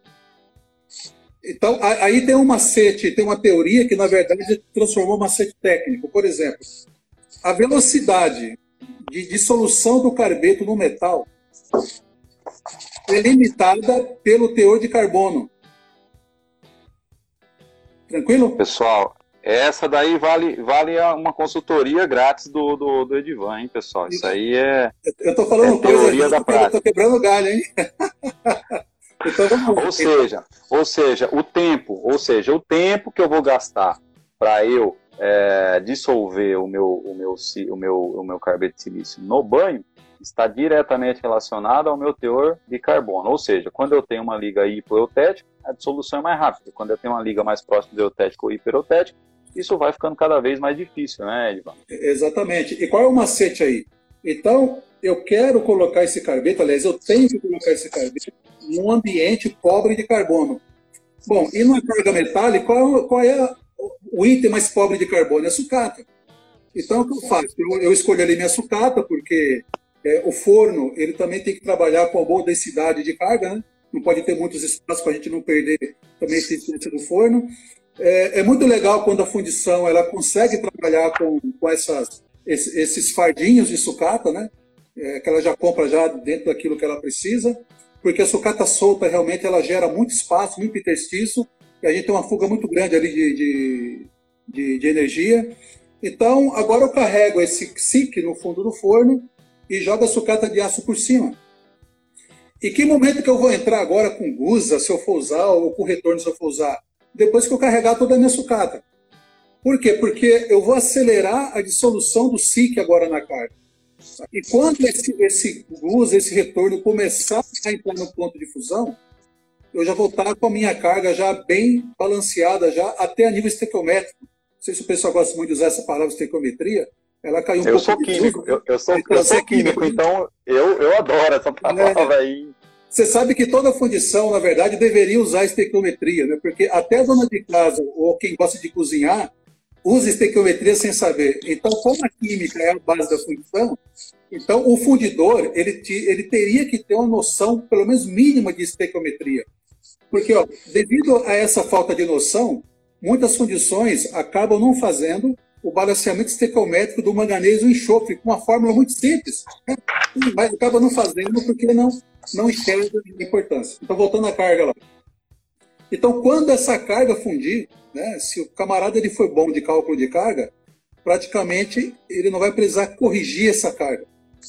B: Então, aí tem um macete, tem uma teoria que, na verdade, transformou um macete técnico. Por exemplo, a velocidade de dissolução do carbeto no metal é limitada pelo teor de carbono. Tranquilo?
A: Pessoal, essa daí vale uma consultoria grátis do Edivan, hein, pessoal? Isso aí
B: eu tô falando
A: teoria da prática.
B: Eu tô quebrando galho, hein? Então,
A: ou seja, o tempo que eu vou gastar para eu dissolver o meu carbeto de silício no banho está diretamente relacionado ao meu teor de carbono. Ou seja, quando eu tenho uma liga hipoeutética, a dissolução é mais rápida. Quando eu tenho uma liga mais próxima do eutético ou hipereutético, isso vai ficando cada vez mais difícil, né, Edivan?
B: Exatamente. E qual é o macete aí? Então, eu quero colocar esse carbeto, aliás, eu tenho que colocar esse carbeto num ambiente pobre de carbono. Bom, e na carga metálica, qual é o item mais pobre de carbono? É a sucata. Então, o que eu faço? Eu escolho ali minha sucata, porque o forno ele também tem que trabalhar com a boa densidade de carga, né? Não pode ter muitos espaços para a gente não perder também a eficiência do forno. É muito legal quando a fundição ela consegue trabalhar com esses fardinhos de sucata, né? Que ela já compra já dentro daquilo que ela precisa, porque a sucata solta realmente ela gera muito espaço, muito interstício, e a gente tem uma fuga muito grande ali de energia. Então, agora eu carrego esse SiC no fundo do forno e jogo a sucata de aço por cima. E que momento que eu vou entrar agora com gusa, se eu for usar, ou com retorno, se eu for usar? Depois que eu carregar toda a minha sucata. Por quê? Porque eu vou acelerar a dissolução do SiC agora na carga. E quando esse luz, esse retorno começar a entrar no ponto de fusão, eu já vou estar com a minha carga já bem balanceada, já até a nível estequiométrico. Não sei se o pessoal gosta muito de usar essa palavra estequiometria, ela caiu um pouco
A: sou
B: de
A: químico,
B: uso.
A: eu sou químico, então eu adoro essa palavra aí.
B: Você sabe que toda fundição, na verdade, deveria usar estequiometria, né? Porque até a dona de casa ou quem gosta de cozinhar usa estequiometria sem saber. Então, como a química é a base da fundição, então o fundidor ele teria que ter uma noção, pelo menos mínima, de estequiometria. Porque, ó, devido a essa falta de noção, muitas fundições acabam não fazendo o balanceamento estequiométrico do manganês e do enxofre, com uma fórmula muito simples, né? Mas acaba não fazendo porque não enxerga a importância. Então, voltando à carga lá. Então, quando essa carga fundir, né, se o camarada ele foi bom de cálculo de carga, praticamente ele não vai precisar corrigir essa carga.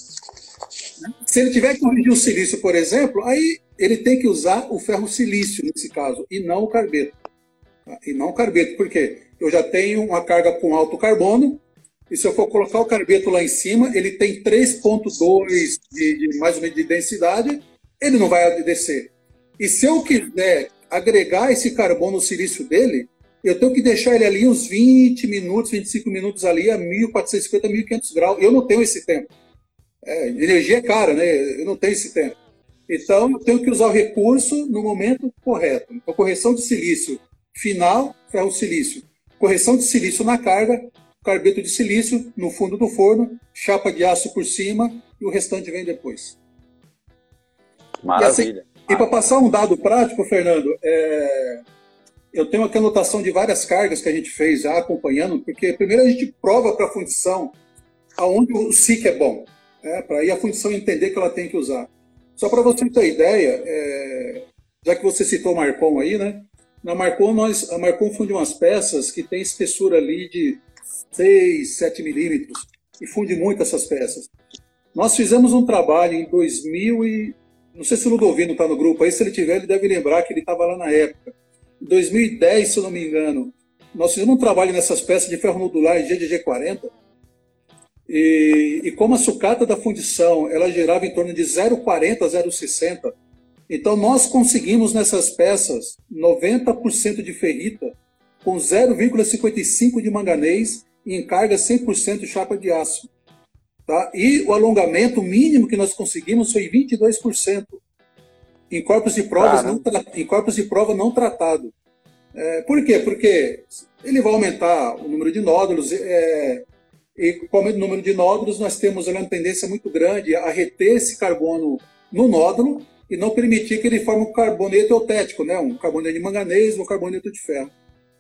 B: Se ele tiver que corrigir o silício, por exemplo, aí ele tem que usar o ferro-silício, nesse caso, e não o carbeto. Tá? E não o carbeto, por quê? Eu já tenho uma carga com alto carbono, e se eu for colocar o carbeto lá em cima, ele tem 3,2 de mais ou menos de densidade, ele não vai descer. E se eu quiser agregar esse carbono no silício dele, eu tenho que deixar ele ali uns 20 minutos, 25 minutos ali a 1450, 1500 graus. Eu não tenho esse tempo. Energia é cara, né? Eu não tenho esse tempo. Então, eu tenho que usar o recurso no momento correto. Então, correção de silício final, ferro-silício. Correção de silício na carga, carbeto de silício no fundo do forno, chapa de aço por cima e o restante vem depois.
A: Maravilha.
B: E para passar um dado prático, Fernando, eu tenho aqui a anotação de várias cargas que a gente fez já acompanhando, porque primeiro a gente prova para a fundição aonde o SIC é bom, para aí a fundição entender que ela tem que usar. Só para você ter ideia, já que você citou o Marcon aí, né? Na Marcon, a Marcon funde umas peças que tem espessura ali de 6, 7 milímetros e funde muito essas peças. Nós fizemos um trabalho em 2000 e... Não sei se o Ludovino está no grupo aí, se ele tiver, ele deve lembrar que ele estava lá na época. Em 2010, se eu não me engano, nós fizemos um trabalho nessas peças de ferro nodular GGG40, e como a sucata da fundição, ela girava em torno de 0,40 a 0,60, então nós conseguimos nessas peças 90% de ferrita, com 0,55 de manganês e em carga 100% chapa de aço. Tá? E o alongamento mínimo que nós conseguimos foi 22% em corpos de prova não tratado. Por quê? Porque ele vai aumentar o número de nódulos, e com o aumento do número de nódulos nós temos uma tendência muito grande a reter esse carbono no nódulo e não permitir que ele forme um carboneto eutético, né? Um carboneto de manganês ou um carboneto de ferro.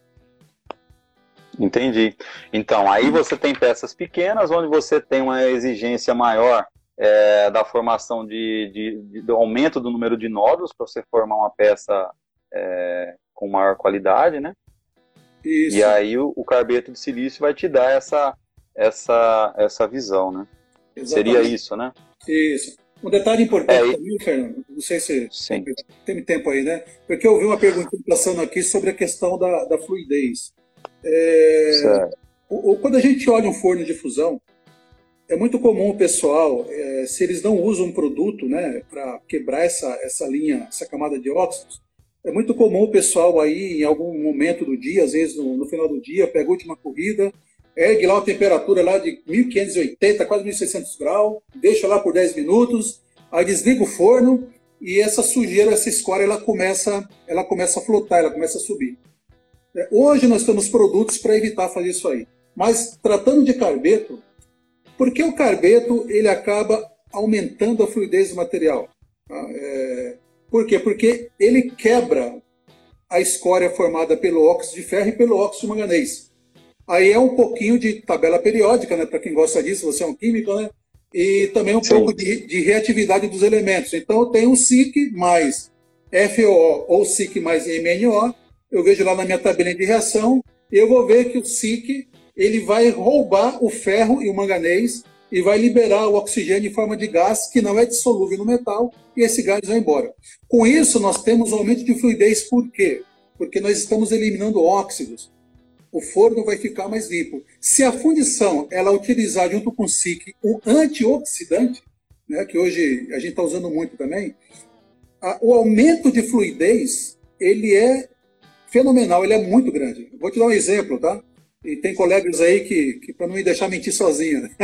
A: Entendi. Então, aí você tem peças pequenas, onde você tem uma exigência maior da formação do aumento do número de nódulos, para você formar uma peça com maior qualidade, né? Isso. E aí o carbeto de silício vai te dar essa visão, né? Exatamente. Seria isso, né?
B: Isso. Um detalhe importante também, Fernando, não sei se tem tempo aí, né? Porque eu vi uma pergunta passando aqui sobre a questão da fluidez. Quando a gente olha um forno de fusão, é muito comum o pessoal, se eles não usam um produto, né, para quebrar essa linha, essa camada de óxidos, é muito comum o pessoal aí, em algum momento do dia, às vezes no final do dia, pega a última corrida, ergue lá a temperatura lá de 1580, quase 1600 graus, deixa lá por 10 minutos, aí desliga o forno e essa sujeira, essa escória, ela começa a flotar, ela começa a subir. Hoje nós temos produtos para evitar fazer isso aí. Mas tratando de carbeto, por que o carbeto ele acaba aumentando a fluidez do material? Por quê? Porque ele quebra a escória formada pelo óxido de ferro e pelo óxido de manganês. Aí é um pouquinho de tabela periódica, né? Para quem gosta disso, você é um químico, né? E também um pouco de reatividade dos elementos. Então eu tenho o SiC mais FOO ou SiC mais MnO. Eu vejo lá na minha tabelinha de reação, e eu vou ver que o SiC ele vai roubar o ferro e o manganês e vai liberar o oxigênio em forma de gás que não é dissolúvel no metal, e esse gás vai embora. Com isso, nós temos um aumento de fluidez. Por quê? Porque nós estamos eliminando óxidos. o forno vai ficar mais limpo. Se a fundição ela utilizar junto com o SIC um antioxidante, né, que hoje a gente está usando muito também, o aumento de fluidez ele é fenomenal, ele é muito grande. Vou te dar um exemplo, tá? E tem colegas aí que para não me deixar mentir sozinho, né?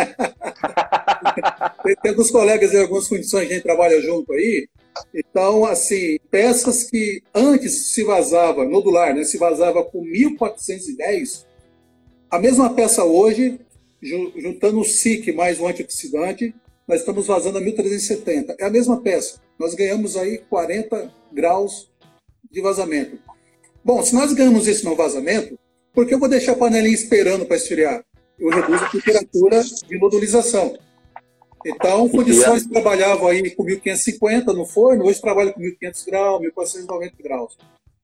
B: tem alguns colegas em algumas fundições que a gente trabalha junto aí. Então, assim, peças que antes se vazava, nodular, né, se vazava com 1410, a mesma peça hoje, juntando o SIC mais o antioxidante, nós estamos vazando a 1370. É a mesma peça. Nós ganhamos aí 40 graus de vazamento. Bom, se nós ganhamos isso no vazamento, por que eu vou deixar a panelinha esperando para esfriar? Eu reduzo a temperatura de nodulização. Então, fundições que trabalhavam aí com 1550 no forno, hoje trabalham com 1500 graus, 1490 graus.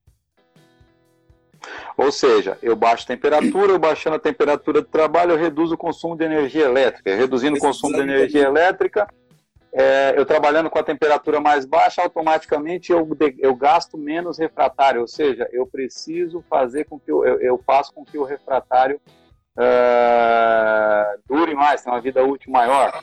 A: Ou seja, eu baixo a temperatura, eu baixando a temperatura de trabalho, eu reduzo o consumo de energia elétrica. Reduzindo o consumo de energia elétrica, eu trabalhando com a temperatura mais baixa, automaticamente eu gasto menos refratário. Ou seja, eu preciso fazer com que eu faço com que o refratário dure mais, tenha uma vida útil maior.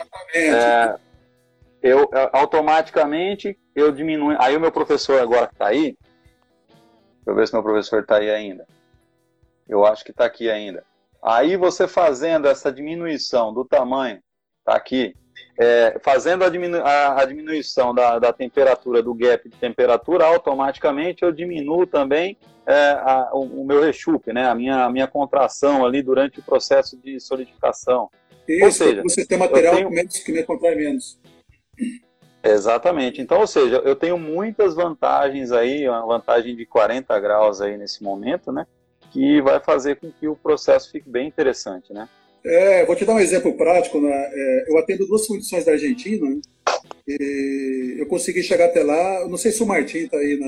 A: Automaticamente eu diminuo. Aí o meu professor agora que está aí, deixa eu ver se meu professor está aí ainda. Eu acho que está aqui ainda. Aí você fazendo essa diminuição do tamanho, está aqui, fazendo a diminuição da temperatura, do gap de temperatura, automaticamente eu diminuo também o meu rechupe, né? a minha contração ali durante o processo de solidificação.
B: Isso, ou seja, você tem material que me contrai menos.
A: Exatamente. Então, ou seja, eu tenho muitas vantagens aí, uma vantagem de 40 graus aí nesse momento, né? Que vai fazer com que o processo fique bem interessante, né?
B: Vou te dar um exemplo prático, né? Eu atendo 2 fundições da Argentina, né? E eu consegui chegar até lá. Eu não sei se o Martim está aí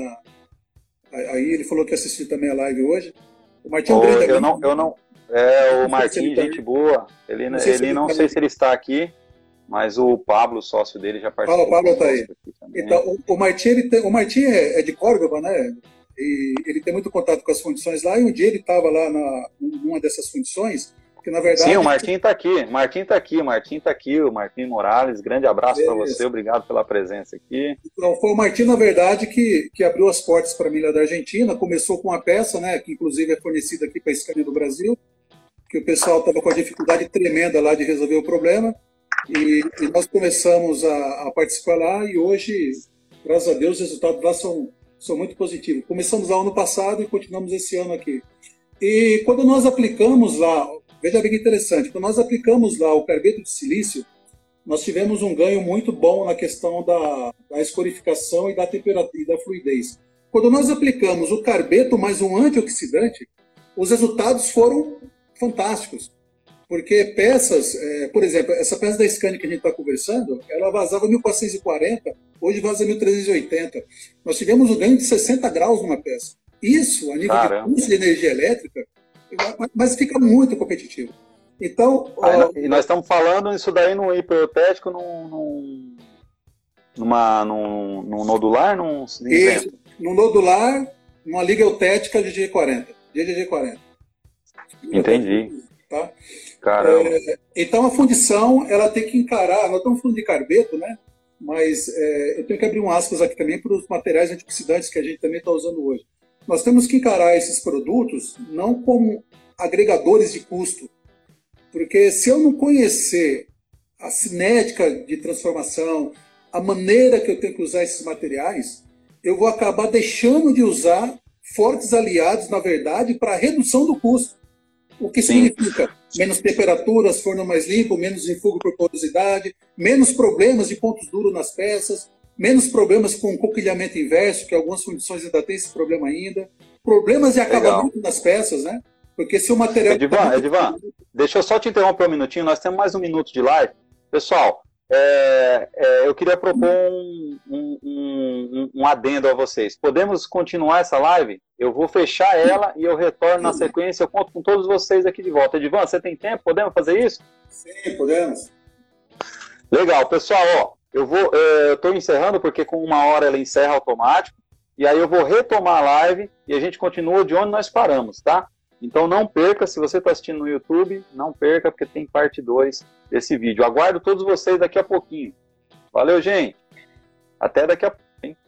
B: aí ele falou que assistiu também a live hoje. O Martim é um grande amigo.
A: Eu não. O Martim, gente boa. Ele não sei se ele está aqui, mas o Pablo, sócio dele, já participou.
B: O Pablo está aí. Então, o Martim é de Córdoba, né? E ele tem muito contato com as fundições lá, e um dia ele estava lá numa dessas fundições, que na verdade...
A: Sim, o Martim está aqui, o Martim Morales, grande abraço para você, obrigado pela presença aqui.
B: Então, foi o Martim, na verdade, que abriu as portas para mim lá da Argentina, começou com uma peça, né, que inclusive é fornecida aqui para a Scania do Brasil, que o pessoal estava com a dificuldade tremenda lá de resolver o problema, e nós começamos a participar lá, e hoje, graças a Deus, os resultados lá são muito positivos. Começamos lá ano passado e continuamos esse ano aqui. E quando nós aplicamos lá, veja bem que interessante, quando nós aplicamos lá o carbeto de silício, nós tivemos um ganho muito bom na questão da escorificação e da temperatura e da fluidez. Quando nós aplicamos o carbeto mais um antioxidante, os resultados foram fantásticos. Porque peças, por exemplo, essa peça da Scania que a gente está conversando, ela vazava 1440, hoje vaza 1380. Nós tivemos um ganho de 60 graus numa peça. Isso, a nível de custo de energia elétrica, mas fica muito competitivo. Então...
A: e nós estamos falando isso daí num hipotético, num nodular,
B: isso, num nodular, numa liga eutética de GG40.
A: Entendi.
B: Tá?
A: Caramba.
B: Então a fundição ela tem que encarar, nós estamos falando de carbeto, né? Mas eu tenho que abrir um aspas aqui também para os materiais antioxidantes que a gente também está usando hoje. Nós temos que encarar esses produtos não como agregadores de custo, porque se eu não conhecer a cinética de transformação, a maneira que eu tenho que usar esses materiais, eu vou acabar deixando de usar fortes aliados, na verdade, para a redução do custo. O que significa menos temperaturas, forno mais limpo, menos enfugo por porosidade, menos problemas de pontos duros nas peças, menos problemas com coquilhamento inverso, que algumas fundições ainda têm esse problema ainda, problemas de acabamento nas peças, né? Porque se o material...
A: Edivan, deixa eu só te interromper um minutinho, nós temos mais um minuto de live. Pessoal, eu queria propor um adendo a vocês. Podemos continuar essa live? Eu vou fechar ela e eu retorno na sequência. Eu conto com todos vocês aqui de volta. Edivan, você tem tempo? Podemos fazer isso?
B: Sim, podemos.
A: Legal. Pessoal, ó, eu estou encerrando porque com 1 hora ela encerra automático. E aí eu vou retomar a live e a gente continua de onde nós paramos, tá? Então não perca, se você está assistindo no YouTube, não perca, porque tem parte 2 desse vídeo. Aguardo todos vocês daqui a pouquinho. Valeu, gente. Até daqui a pouco.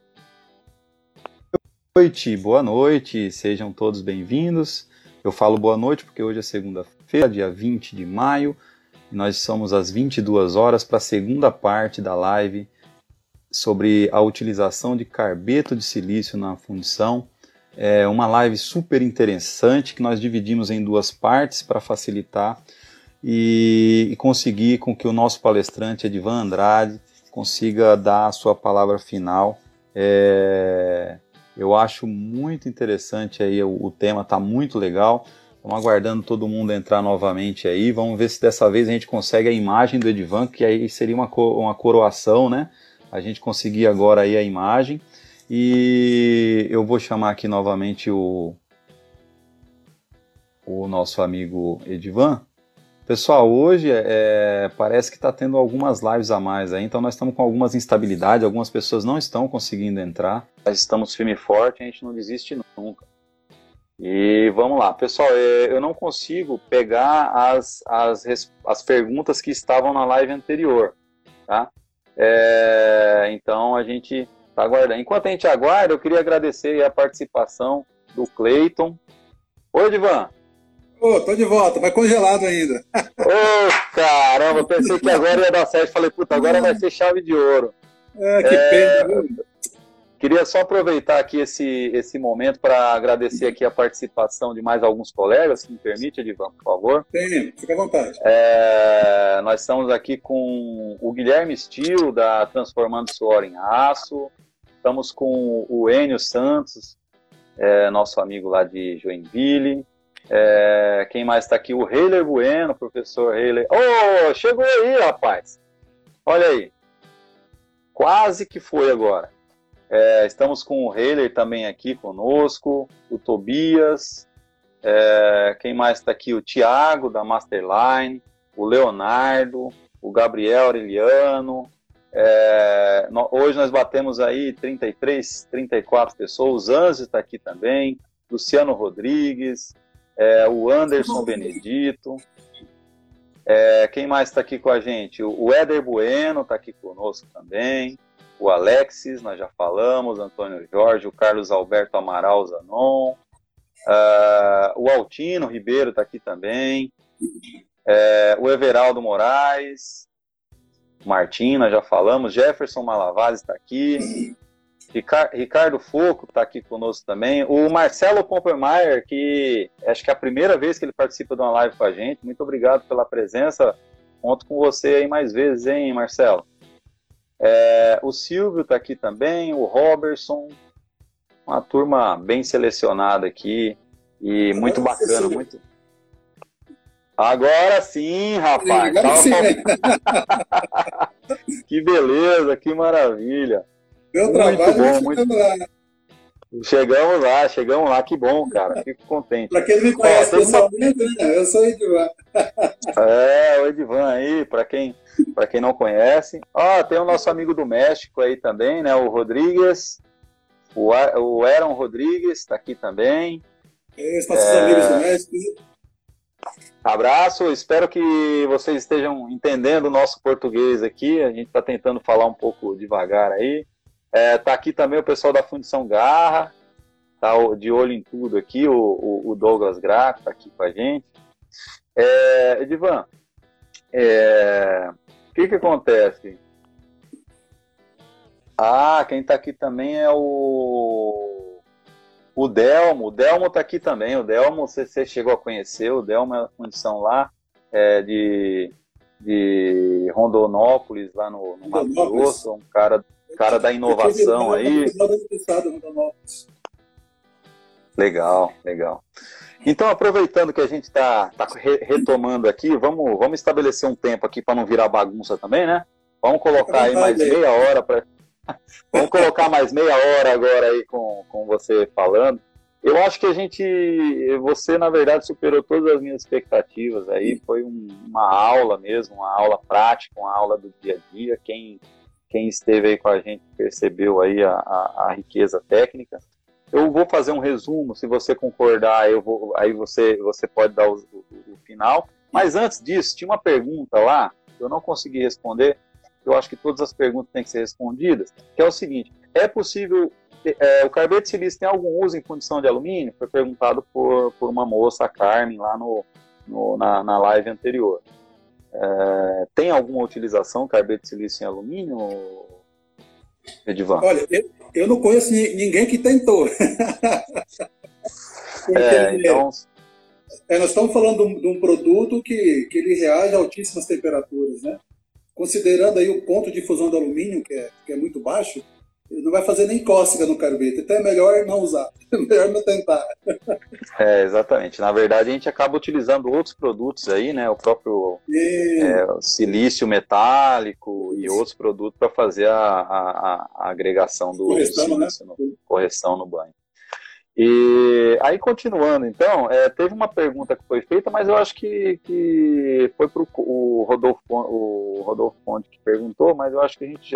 A: Boa noite, sejam todos bem-vindos. Eu falo boa noite porque hoje é segunda-feira, dia 20 de maio, e nós somos às 22 horas para a segunda parte da live sobre a utilização de carbeto de silício na fundição. É uma live super interessante que nós dividimos em 2 partes para facilitar e conseguir com que o nosso palestrante Edivan Andrade consiga dar a sua palavra final. Eu acho muito interessante aí, o tema está muito legal. Estamos aguardando todo mundo entrar novamente aí. Vamos ver se dessa vez a gente consegue a imagem do Edivan, que aí seria uma coroação, né? A gente conseguir agora aí a imagem. E eu vou chamar aqui novamente o nosso amigo Edivan. Pessoal, hoje parece que está tendo algumas lives a mais aí, então nós estamos com algumas instabilidades, algumas pessoas não estão conseguindo entrar. Nós estamos firme e forte, a gente não desiste nunca. E vamos lá, pessoal, eu não consigo pegar as perguntas que estavam na live anterior, tá? Então a gente está aguardando. Enquanto a gente aguarda, eu queria agradecer a participação do Cleiton. Oi, Edivan.
B: Tô de volta, mas congelado ainda.
A: Caramba, pensei que agora ia dar certo. Falei, puta, agora vai ser chave de ouro.
B: Que pena, viu?
A: Queria só aproveitar aqui esse momento para agradecer aqui a participação de mais alguns colegas, se me permite, Edivan, por favor.
B: Tem, fica à vontade.
A: Nós estamos aqui com o Guilherme Stil, da Transformando Suor em Aço. Estamos com o Enio Santos, nosso amigo lá de Joinville. Quem mais está aqui? O Heiler Bueno, professor Heiler. Chegou aí, rapaz. Olha aí. Quase que foi agora. Estamos com o Heiler também aqui conosco, o Tobias. Quem mais está aqui? O Tiago, da Masterline, o Leonardo, o Gabriel Aureliano. Hoje nós batemos aí 33, 34 pessoas. O Anjo está aqui também, Luciano Rodrigues. O Anderson Benedito. Quem mais está aqui com a gente? O Éder Bueno está aqui conosco também. O Alexis, nós já falamos. Antônio Jorge. O Carlos Alberto Amaral Zanon. O Altino Ribeiro está aqui também. O Everaldo Moraes. O Martim, nós já falamos. Jefferson Malavaz está aqui. Ricardo Foco está aqui conosco também. O Marcelo Pompermeier, que acho que é a primeira vez que ele participa de uma live com a gente. Muito obrigado pela presença. Conto com você aí mais vezes, hein, Marcelo? O Silvio está aqui também. O Robertson. Uma turma bem selecionada aqui. E muito bacana. Muito... Agora sim, rapaz.
B: Agora sim.
A: Que beleza, que maravilha.
B: Meu
A: muito
B: trabalho,
A: bom, Chegamos lá, que bom, cara, fico contente.
B: Para quem não me conhece pessoalmente, né? Eu sou o Edivan.
A: O Edivan aí, para quem não conhece. Tem o nosso amigo do México aí também, né? O Rodrigues, o Aaron Rodrigues está aqui também.
B: Nossos amigos do México.
A: Abraço, espero que vocês estejam entendendo o nosso português aqui. A gente está tentando falar um pouco devagar aí. Tá aqui também o pessoal da Fundição Garra, tá de olho em tudo aqui, o Douglas Graco tá aqui com a gente. Edivan, o que acontece? Quem tá aqui também é o Delmo. O Delmo tá aqui também. O Delmo, você chegou a conhecer, o Delmo é a fundição lá de Rondonópolis, lá no Mato Grosso, um cara da inovação aí. Legal. Então, aproveitando que a gente está retomando aqui, vamos estabelecer um tempo aqui para não virar bagunça também, né? Vamos colocar aí mais meia hora Vamos colocar mais meia hora agora aí com você falando. Eu acho que você na verdade superou todas as minhas expectativas aí. Foi uma aula mesmo, uma aula prática, uma aula do dia a dia. Quem esteve aí com a gente percebeu aí a riqueza técnica. Eu vou fazer um resumo, se você concordar, aí você pode dar o final. Mas antes disso, tinha uma pergunta lá, que eu não consegui responder, eu acho que todas as perguntas têm que ser respondidas, que é o seguinte: é possível, o carbeto de silício tem algum uso em fundição de alumínio? Foi perguntado por uma moça, a Carmen, lá na live anterior. Tem alguma utilização carbeto de silício em alumínio, Edivan?
B: Olha, eu não conheço ninguém que tentou.
A: Então...
B: nós estamos falando de um produto que ele reage a altíssimas temperaturas, né? Considerando aí o ponto de fusão do alumínio, que é muito baixo, ele não vai fazer nem cócega no carbeto. Então é melhor não usar, é melhor não tentar.
A: Exatamente. Na verdade, a gente acaba utilizando outros produtos aí, né? O próprio silício metálico e outros produtos para fazer a agregação do silício, né? Correção no banho. E aí, continuando, então, teve uma pergunta que foi feita, mas eu acho que foi para o Rodolfo Ponte que perguntou, mas eu acho que a gente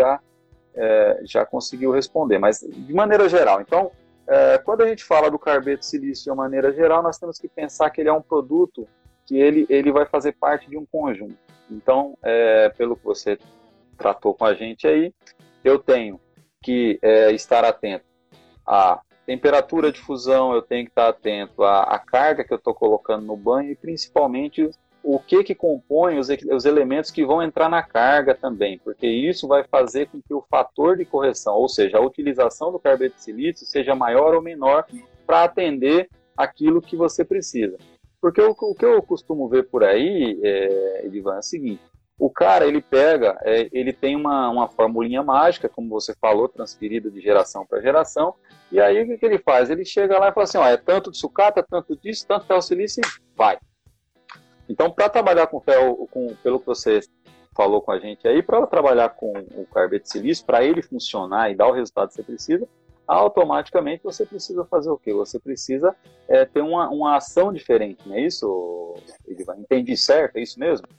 A: já conseguiu responder. Mas, de maneira geral, então, quando a gente fala do carbeto de silício de uma maneira geral, nós temos que pensar que ele é um produto que ele vai fazer parte de um conjunto. Então, pelo que você tratou com a gente aí, eu tenho que estar atento à temperatura de fusão, eu tenho que estar atento à carga que eu estou colocando no banho e principalmente o que compõe os elementos que vão entrar na carga também, porque isso vai fazer com que o fator de correção, ou seja, a utilização do carbeto de silício seja maior ou menor para atender aquilo que você precisa. Porque o que eu costumo ver por aí, Edivan, é o seguinte: o cara, ele pega, ele tem uma formulinha mágica, como você falou, transferida de geração para geração, e aí o que ele faz? Ele chega lá e fala assim, é tanto de sucata, tanto disso, tanto ferro-silício, e vai. Então, para trabalhar com ferro, pelo que você falou com a gente aí, para trabalhar com o carbeto de silício, para ele funcionar e dar o resultado que você precisa, automaticamente você precisa fazer o quê? Você precisa ter uma ação diferente, não é isso, Edivan? Entendi certo? É isso mesmo?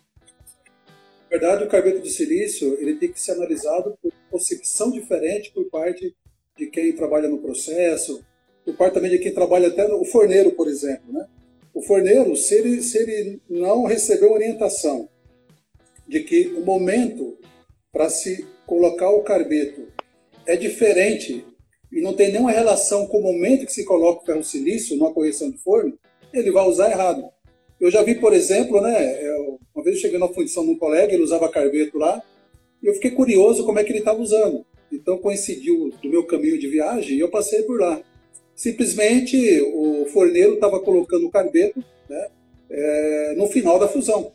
B: Na verdade, o carbeto de silício ele tem que ser analisado por concepção diferente por parte de quem trabalha no processo, por parte também de quem trabalha até o forneiro, por exemplo, né? O forneiro, se ele não recebeu orientação de que o momento para se colocar o carbeto é diferente e não tem nenhuma relação com o momento que se coloca o ferro-silício numa correção de forno, ele vai usar errado. Eu já vi, por exemplo, né, uma vez eu cheguei na fundição de um colega, ele usava carbeto lá, e eu fiquei curioso como é que ele estava usando. Então coincidiu do meu caminho de viagem e eu passei por lá. Simplesmente o forneiro estava colocando o carbeto, né, no final da fusão.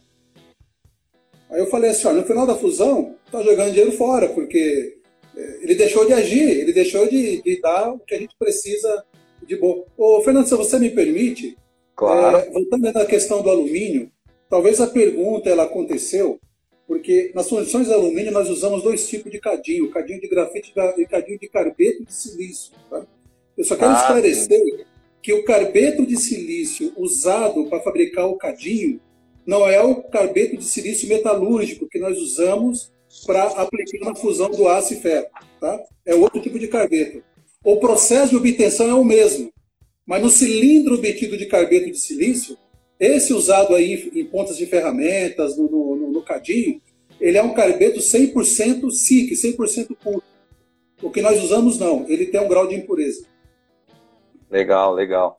B: Aí eu falei assim, no final da fusão, está jogando dinheiro fora, porque ele deixou de agir, ele deixou de dar o que a gente precisa de bom. Ô, Fernando, se você me permite,
A: claro.
B: Voltando na questão do alumínio, talvez a pergunta ela aconteceu porque nas fundições de alumínio nós usamos dois tipos de cadinho de grafite e cadinho de carbeto de silício. Tá? Eu só quero esclarecer que o carbeto de silício usado para fabricar o cadinho não é o carbeto de silício metalúrgico que nós usamos para aplicar na fusão do aço e ferro. Tá? É outro tipo de carbeto. O processo de obtenção é o mesmo, mas no cilindro obtido de carbeto de silício, esse usado aí em pontas de ferramentas, no cadinho, ele é um carbeto 100% SiC, 100% puro. O que nós usamos não, ele tem um grau de impureza.
A: Legal, legal.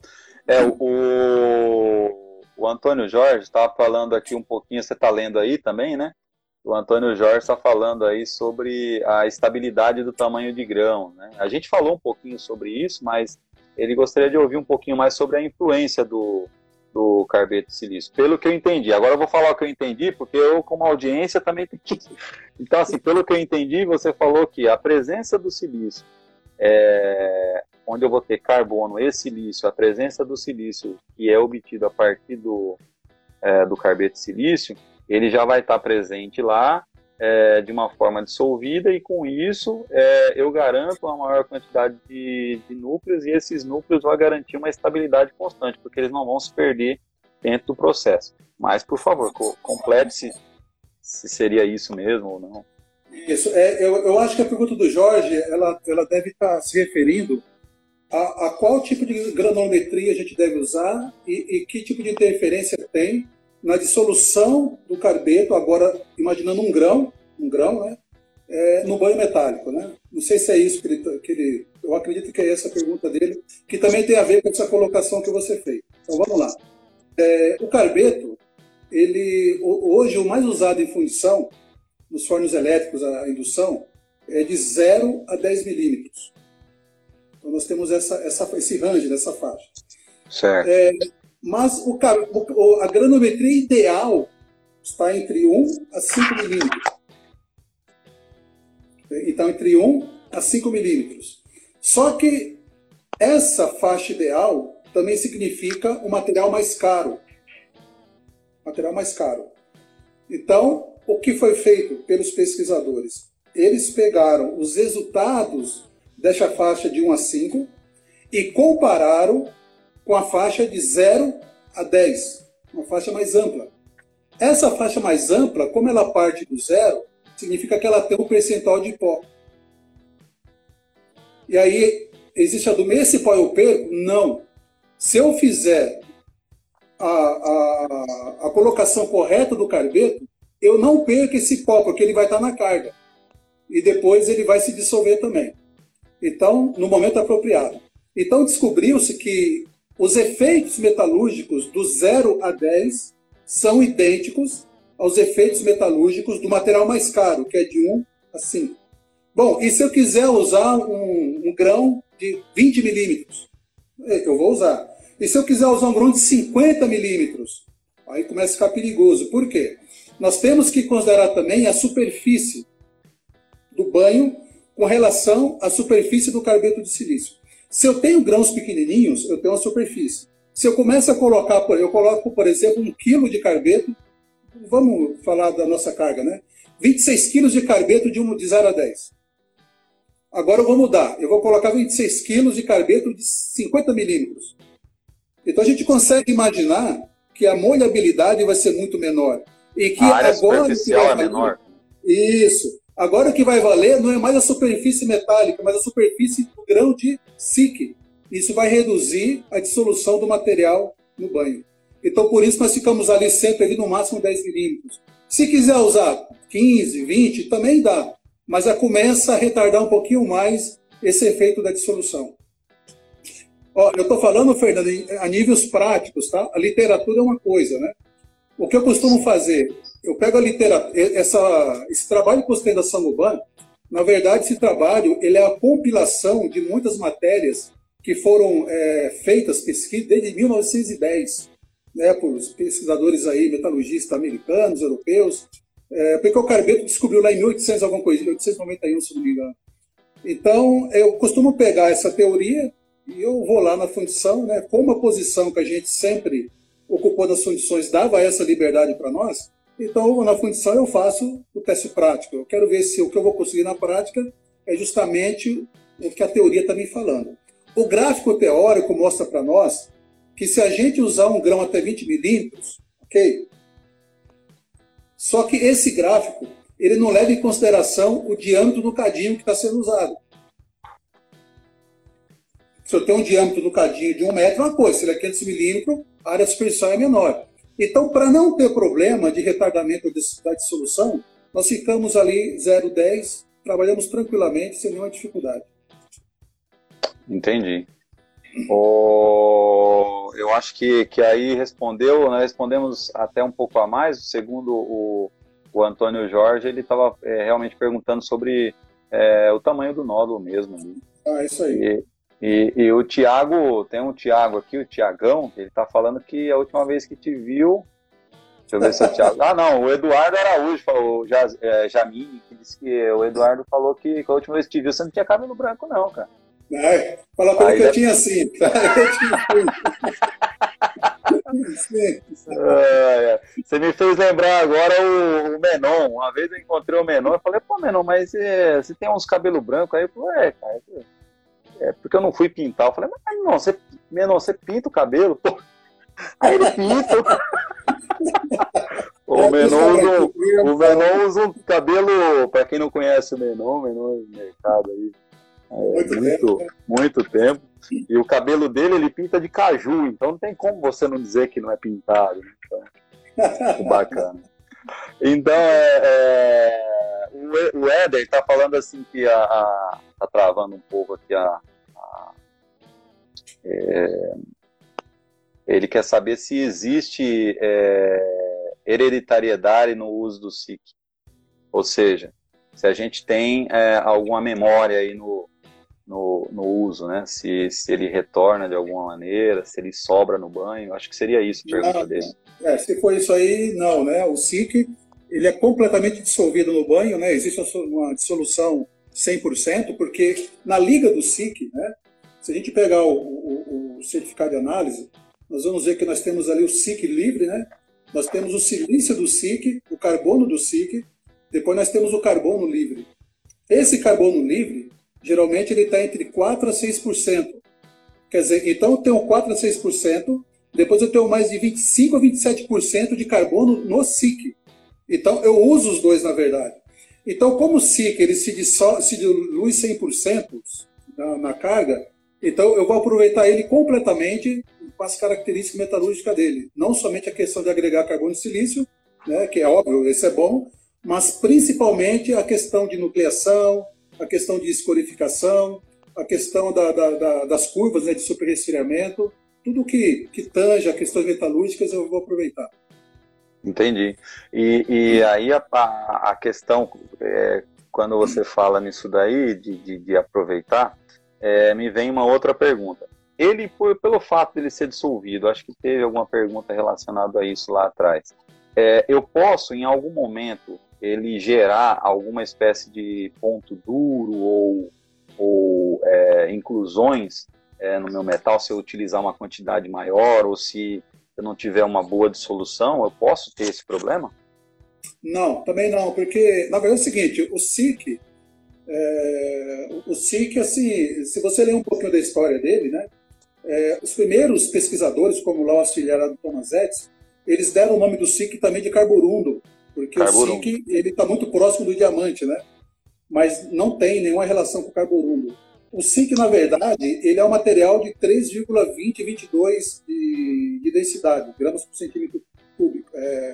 A: O Antônio Jorge estava falando aqui um pouquinho, você está lendo aí também, né? O Antônio Jorge está falando aí sobre a estabilidade do tamanho de grão, né? A gente falou um pouquinho sobre isso, mas ele gostaria de ouvir um pouquinho mais sobre a influência do carbeto de silício, pelo que eu entendi. Agora eu vou falar o que eu entendi, porque eu, como audiência, também tenho que... Então, assim, pelo que eu entendi, você falou que a presença do silício, onde eu vou ter carbono e silício, a presença do silício que é obtido a partir do carbeto de silício, ele já vai estar presente lá, de uma forma dissolvida, e com isso eu garanto uma maior quantidade de núcleos, e esses núcleos vão garantir uma estabilidade constante, porque eles não vão se perder dentro do processo. Mas, por favor, complete se seria isso mesmo ou não.
B: Isso, eu acho que a pergunta do Jorge ela deve estar se referindo a qual tipo de granulometria a gente deve usar e que tipo de interferência tem na dissolução do carbeto, agora imaginando um grão, né, no banho metálico, né? Não sei se é isso que ele... Eu acredito que é essa a pergunta dele, que também tem a ver com essa colocação que você fez. Então, vamos lá. O carbeto, hoje o mais usado em fundição, nos fornos elétricos, a indução, é de 0 a 10 milímetros. Então, nós temos esse range dessa faixa.
A: Certo.
B: Mas a granulometria ideal está entre 1 a 5 milímetros. Então, entre 1 a 5 milímetros. Só que essa faixa ideal também significa um material mais caro. Então, o que foi feito pelos pesquisadores? Eles pegaram os resultados dessa faixa de 1 a 5 e compararam com a faixa de 0 a 10, uma faixa mais ampla. Essa faixa mais ampla, como ela parte do zero, significa que ela tem um percentual de pó. E aí, existe a dúvida, esse pó eu perco? Não. Se eu fizer a colocação correta do carbeto, eu não perco esse pó, porque ele vai estar na carga. E depois ele vai se dissolver também. Então, no momento apropriado. Então, descobriu-se que os efeitos metalúrgicos do 0 a 10 são idênticos aos efeitos metalúrgicos do material mais caro, que é de 1 a 5. Bom, e se eu quiser usar um grão de 20 milímetros? Eu vou usar. E se eu quiser usar um grão de 50 milímetros? Aí começa a ficar perigoso. Por quê? Nós temos que considerar também a superfície do banho com relação à superfície do carbeto de silício. Se eu tenho grãos pequenininhos, eu tenho uma superfície. Se eu começo a colocar, eu coloco, por exemplo, 1 quilo de carbeto, vamos falar da nossa carga, né? 26 quilos de carbeto de 0 a 10. Agora eu vou mudar. Eu vou colocar 26 quilos de carbeto de 50 milímetros. Então a gente consegue imaginar que a molhabilidade vai ser muito menor. E que
A: a área
B: agora
A: superficial é menor.
B: Isso. Agora o que vai valer não é mais a superfície metálica, mas a superfície do grão de SiC. Isso vai reduzir a dissolução do material no banho. Então, por isso, nós ficamos ali sempre ali no máximo 10 milímetros. Se quiser usar 15, 20, também dá. Mas já começa a retardar um pouquinho mais esse efeito da dissolução. Ó, eu estou falando, Fernando, a níveis práticos, tá? A literatura é uma coisa, né? O que eu costumo fazer? Eu pego a literatura, esse trabalho de sustentação urbana, na verdade, esse trabalho ele é a compilação de muitas matérias que foram feitas, pesquisas, desde 1910, né, por pesquisadores aí, metalurgistas americanos, europeus, porque o carbeto descobriu lá em 1800 alguma coisa, 1891, se não me engano. Então, eu costumo pegar essa teoria e eu vou lá na fundição, né, como a posição que a gente sempre ocupou nas fundições dava essa liberdade para nós, então na fundição eu faço o teste prático. Eu quero ver se o que eu vou conseguir na prática é justamente o que a teoria está me falando. O gráfico teórico mostra para nós que se a gente usar um grão até 20 milímetros, ok? Só que esse gráfico, ele não leva em consideração o diâmetro do cadinho que está sendo usado. Se eu tenho um diâmetro do cadinho de 1 metro, é uma coisa. Se ele é 500 milímetros, a área superficial é menor. Então, para não ter problema de retardamento da dissolução, nós ficamos ali 0,10, trabalhamos tranquilamente, sem nenhuma dificuldade.
A: Entendi. Eu acho que aí nós respondemos até um pouco a mais. Segundo o Antônio Jorge, ele estava realmente perguntando sobre o tamanho do nódulo mesmo. Ali.
B: Isso aí.
A: E o Tiago, tem um Tiago aqui, o Tiagão, ele está falando que a última vez que te viu... Deixa eu ver se é o Tiago... Ah, não, o Eduardo Araújo, falou, Jamini, que disse que o Eduardo falou que a última vez que te viu você não tinha cabelo branco não, cara.
B: Fala para ele que eu tinha sim.
A: Você me fez lembrar agora o Menon. Uma vez eu encontrei o Menon e falei, pô, Menon, mas você tem uns cabelos brancos? Aí ele falou, cara, porque eu não fui pintar. Eu falei, mas Menon, você pinta o cabelo? Pô. Aí ele pinta. O Menon usa um cabelo, para quem não conhece o Menon é mercado aí. Muito tempo. E o cabelo dele, ele pinta de caju, então não tem como você não dizer que não é pintado. Né? Então, bacana. Então, o Éder está falando assim que tá travando um pouco aqui ele quer saber se existe hereditariedade no uso do SIC. Ou seja, se a gente tem alguma memória aí no uso, né? Se ele retorna de alguma maneira, se ele sobra no banho. Acho que seria isso a pergunta dele.
B: Se for isso aí, não, né? O SIC, ele é completamente dissolvido no banho, né? Existe uma dissolução 100%, porque na liga do SIC, né? Se a gente pegar o certificado de análise, nós vamos ver que nós temos ali o SIC livre, né? Nós temos o silício do SIC, o carbono do SIC, depois nós temos o carbono livre. Esse carbono livre, geralmente ele está entre 4% a 6%. Quer dizer, então eu tenho 4% a 6%, depois eu tenho mais de 25% a 27% de carbono no SIC. Então eu uso os dois, na verdade. Então, como o SIC ele se dilui 100% na carga, então eu vou aproveitar ele completamente com as características metalúrgicas dele. Não somente a questão de agregar carbono e silício, né, que é óbvio, esse é bom, mas principalmente a questão de nucleação, a questão de escorificação, a questão das curvas, né, de superresfriamento, tudo que tange a questões metalúrgicas eu vou aproveitar.
A: Entendi. E aí a questão, quando você fala nisso daí, de aproveitar, me vem uma outra pergunta. Ele, pelo fato de ele ser dissolvido, acho que teve alguma pergunta relacionada a isso lá atrás. Eu posso, em algum momento, ele gerar alguma espécie de ponto duro ou inclusões no meu metal, se eu utilizar uma quantidade maior ou se eu não tiver uma boa dissolução, eu posso ter esse problema?
B: Não, também não, porque na verdade é o seguinte, o SIC, assim, se você ler um pouquinho da história dele, né, os primeiros pesquisadores, como lá o auxiliar Thomas Edison, eles deram o nome do SIC também de carborundo, porque o SIC ele está muito próximo do diamante, né? Mas não tem nenhuma relação com o carborundo. O SIC, na verdade, ele é um material de 3,2022 de densidade, gramas por centímetro cúbico.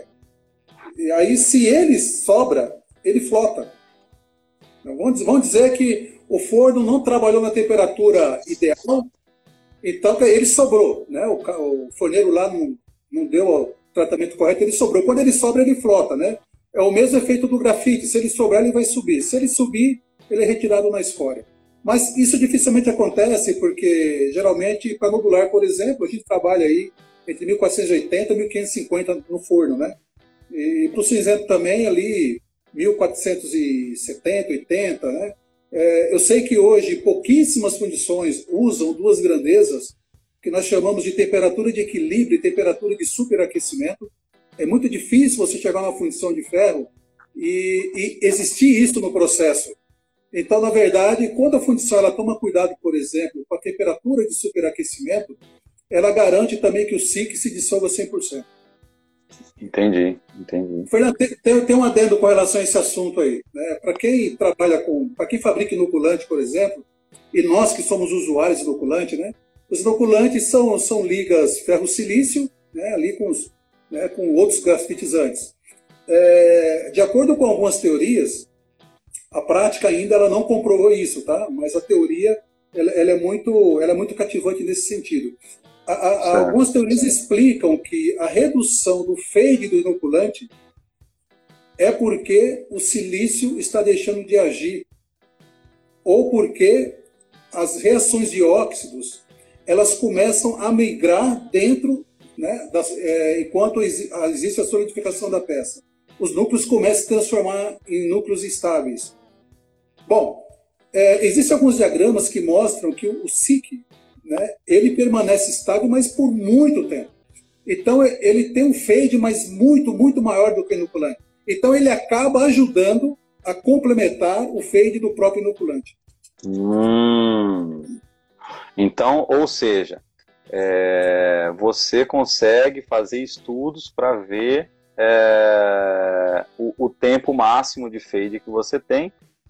B: E aí, se ele sobra, ele flota. Vamos dizer que o forno não trabalhou na temperatura ideal, então ele sobrou, né? O forneiro lá não deu o tratamento correto, ele sobrou. Quando ele sobra, ele flota, né? É o mesmo efeito do grafite. Se ele sobrar, ele vai subir. Se ele subir, ele é retirado na escória. Mas isso dificilmente acontece, porque geralmente, para nodular, por exemplo, a gente trabalha aí entre 1480 e 1550 no forno, né? E para o cinzento também, ali 1470, 80, né? Eu sei que hoje pouquíssimas fundições usam duas grandezas, que nós chamamos de temperatura de equilíbrio e temperatura de superaquecimento. É muito difícil você chegar numa fundição de ferro e existir isso no processo. Então, na verdade, quando a fundição ela toma cuidado, por exemplo, com a temperatura de superaquecimento, ela garante também que o SIC se dissolva 100%.
A: Entendi.
B: Fernando, tem um adendo com relação a esse assunto aí, né? Para quem trabalha para quem fabrica inoculante, por exemplo, e nós que somos usuários de inoculante, né? Os inoculantes são ligas ferro-silício, né? Ali com outros grafitizantes. De acordo com algumas teorias, a prática ainda ela não comprovou isso, tá? Mas a teoria ela é muito cativante nesse sentido. Algumas teorias explicam que a redução do fade do inoculante é porque o silício está deixando de agir, ou porque as reações de óxidos elas começam a migrar dentro, né, enquanto existe a solidificação da peça. Os núcleos começam a se transformar em núcleos estáveis. Bom, existem alguns diagramas que mostram que o SIC, né, ele permanece estável, mas por muito tempo. Então, ele tem um fade, mas muito, muito maior do que o inoculante. Então, ele acaba ajudando a complementar o fade do próprio inoculante.
A: Então, ou seja, você consegue fazer estudos para ver o tempo máximo de fade que você tem,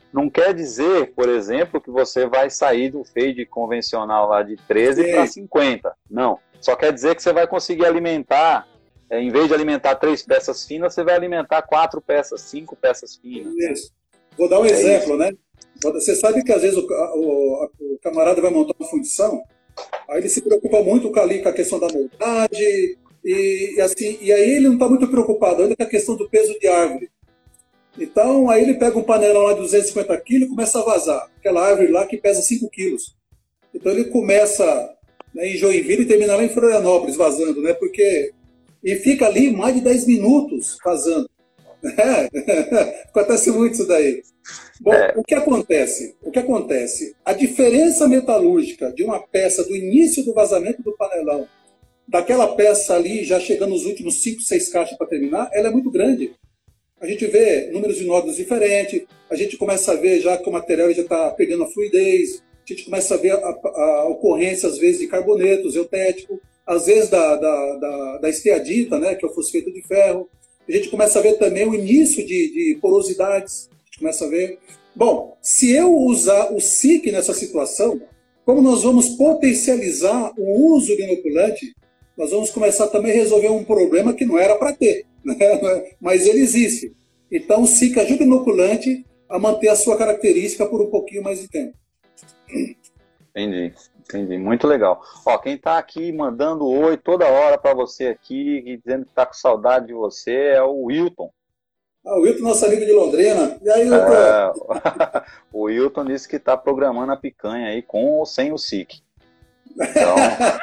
A: não quer dizer, por exemplo, que você vai sair do fade convencional lá de 13 para 50. Não. Só quer dizer que você vai conseguir alimentar, em vez de alimentar 3 peças finas, você vai alimentar 4 peças, 5 peças finas.
B: Isso. Vou dar um exemplo, né? Você sabe que às vezes o camarada vai montar uma fundição, aí ele se preocupa muito com a questão da moldade, e aí ele não está muito preocupado ainda com a questão do peso de árvore. Então, aí ele pega um panelão lá de 250 quilos e começa a vazar. Aquela árvore lá que pesa 5 quilos. Então, ele começa, né, em Joinville e termina lá em Florianópolis vazando, né? E fica ali mais de 10 minutos vazando. Acontece muito isso daí. Bom, o que acontece? A diferença metalúrgica de uma peça do início do vazamento do panelão, daquela peça ali, já chegando nos últimos 5, 6 caixas para terminar, ela é muito grande. A gente vê números de nódulos diferentes, a gente começa a ver já que o material já está pegando a fluidez, a gente começa a ver a ocorrência, às vezes, de carbonetos, eutético, às vezes da esteadita, né, que é o fosfeto de ferro. A gente começa a ver também o início de porosidades, a gente começa a ver. Bom, se eu usar o SIC nessa situação, como nós vamos potencializar o uso do inoculante, nós vamos começar também a resolver um problema que não era para ter, né? Mas ele existe. Então, o SIC ajuda o inoculante a manter a sua característica por um pouquinho mais de tempo.
A: Entendi. Muito legal. Ó, quem está aqui mandando oi toda hora para você aqui, dizendo que está com saudade de você, é o Wilton.
B: O Wilton, nosso amigo de Londrina. E aí, Wilton?
A: O Wilton disse que está programando a picanha aí com ou sem o SIC. Então...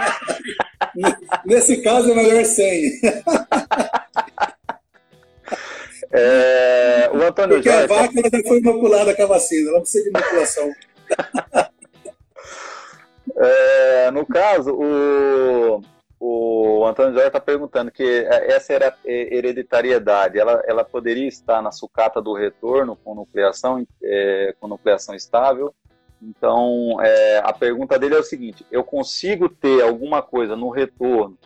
B: Nesse caso é melhor sem.
A: O Antônio
B: Porque
A: Jorge...
B: a vaca já foi inoculada com a vacina, ela não precisa de inoculação.
A: No caso, o Antônio Jorge está perguntando que essa hereditariedade, ela poderia estar na sucata do retorno com nucleação estável. Então, a pergunta dele é o seguinte: eu consigo ter alguma coisa no retorno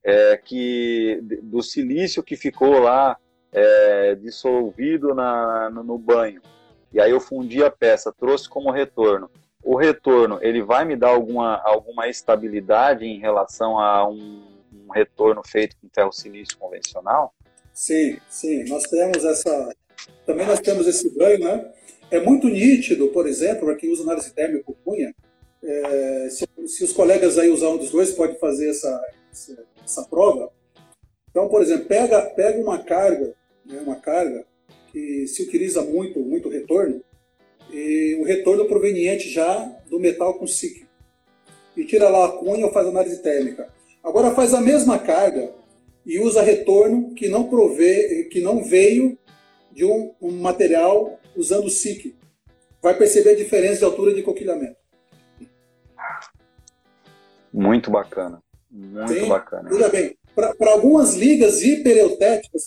A: do silício que ficou lá dissolvido no banho, e aí eu fundi a peça, trouxe como retorno. O retorno, ele vai me dar alguma estabilidade em relação a um retorno feito com ferro-silício convencional?
B: Sim. Também nós temos esse banho, né? É muito nítido, por exemplo, para quem usa análise térmica ou cunha, se os colegas aí usar um dos dois, pode fazer essa prova. Então, por exemplo, pega uma carga, né, que se utiliza muito retorno, e o retorno proveniente já do metal com SIC. E tira lá a cunha ou faz análise térmica. Agora faz a mesma carga e usa retorno que não veio de um material usando SIC. Vai perceber a diferença de altura de coquilhamento.
A: Muito bacana. Muito bacana.
B: Tudo bem. Para algumas ligas hipereutéticas,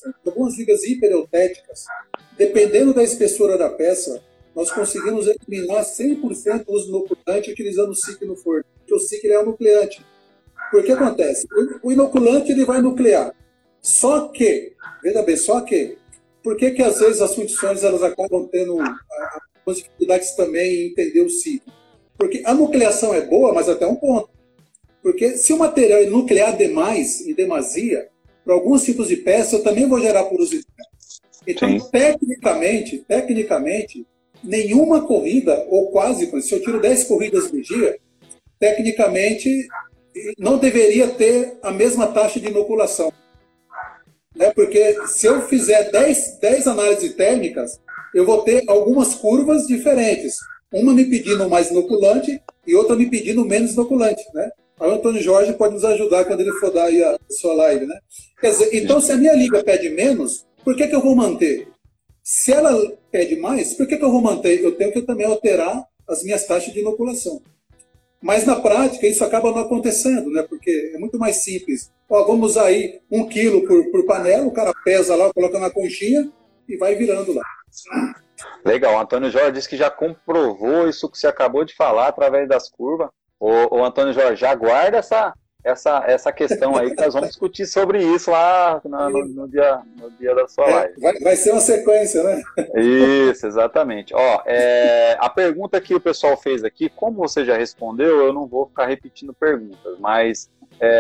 B: dependendo da espessura da peça, nós conseguimos eliminar 100% o uso inoculante utilizando o SIC no forno. Porque o SIC é um nucleante. Por que acontece? O inoculante ele vai nuclear. Só que, por que às vezes as fundições elas acabam tendo as dificuldades também em entender o SIC? Porque a nucleação é boa, mas até um ponto. Porque se o material é nuclear demais, em demasia, para alguns tipos de peça, eu também vou gerar porosidade. Então, tecnicamente, nenhuma corrida, ou quase, se eu tiro 10 corridas no dia, tecnicamente não deveria ter a mesma taxa de inoculação. Né? Porque se eu fizer 10 análises térmicas, eu vou ter algumas curvas diferentes. Uma me pedindo mais inoculante e outra me pedindo menos inoculante. Né? Aí o Antônio Jorge pode nos ajudar quando ele for dar aí a sua live. Né? Quer dizer, então, se a minha liga pede menos, por que eu vou manter? Se ela pede mais, por que eu vou manter? Eu tenho que também alterar as minhas taxas de inoculação. Mas na prática isso acaba não acontecendo, né? Porque é muito mais simples. Vamos usar aí 1 quilo por panela, o cara pesa lá, coloca na conchinha e vai virando lá.
A: Legal, o Antônio Jorge disse que já comprovou isso que você acabou de falar através das curvas. O Antônio Jorge, já guarda essa questão aí que nós vamos discutir sobre isso lá no dia da sua live.
B: Vai ser uma sequência, né?
A: Isso, exatamente. Ó, a pergunta que o pessoal fez aqui, como você já respondeu, eu não vou ficar repetindo perguntas, mas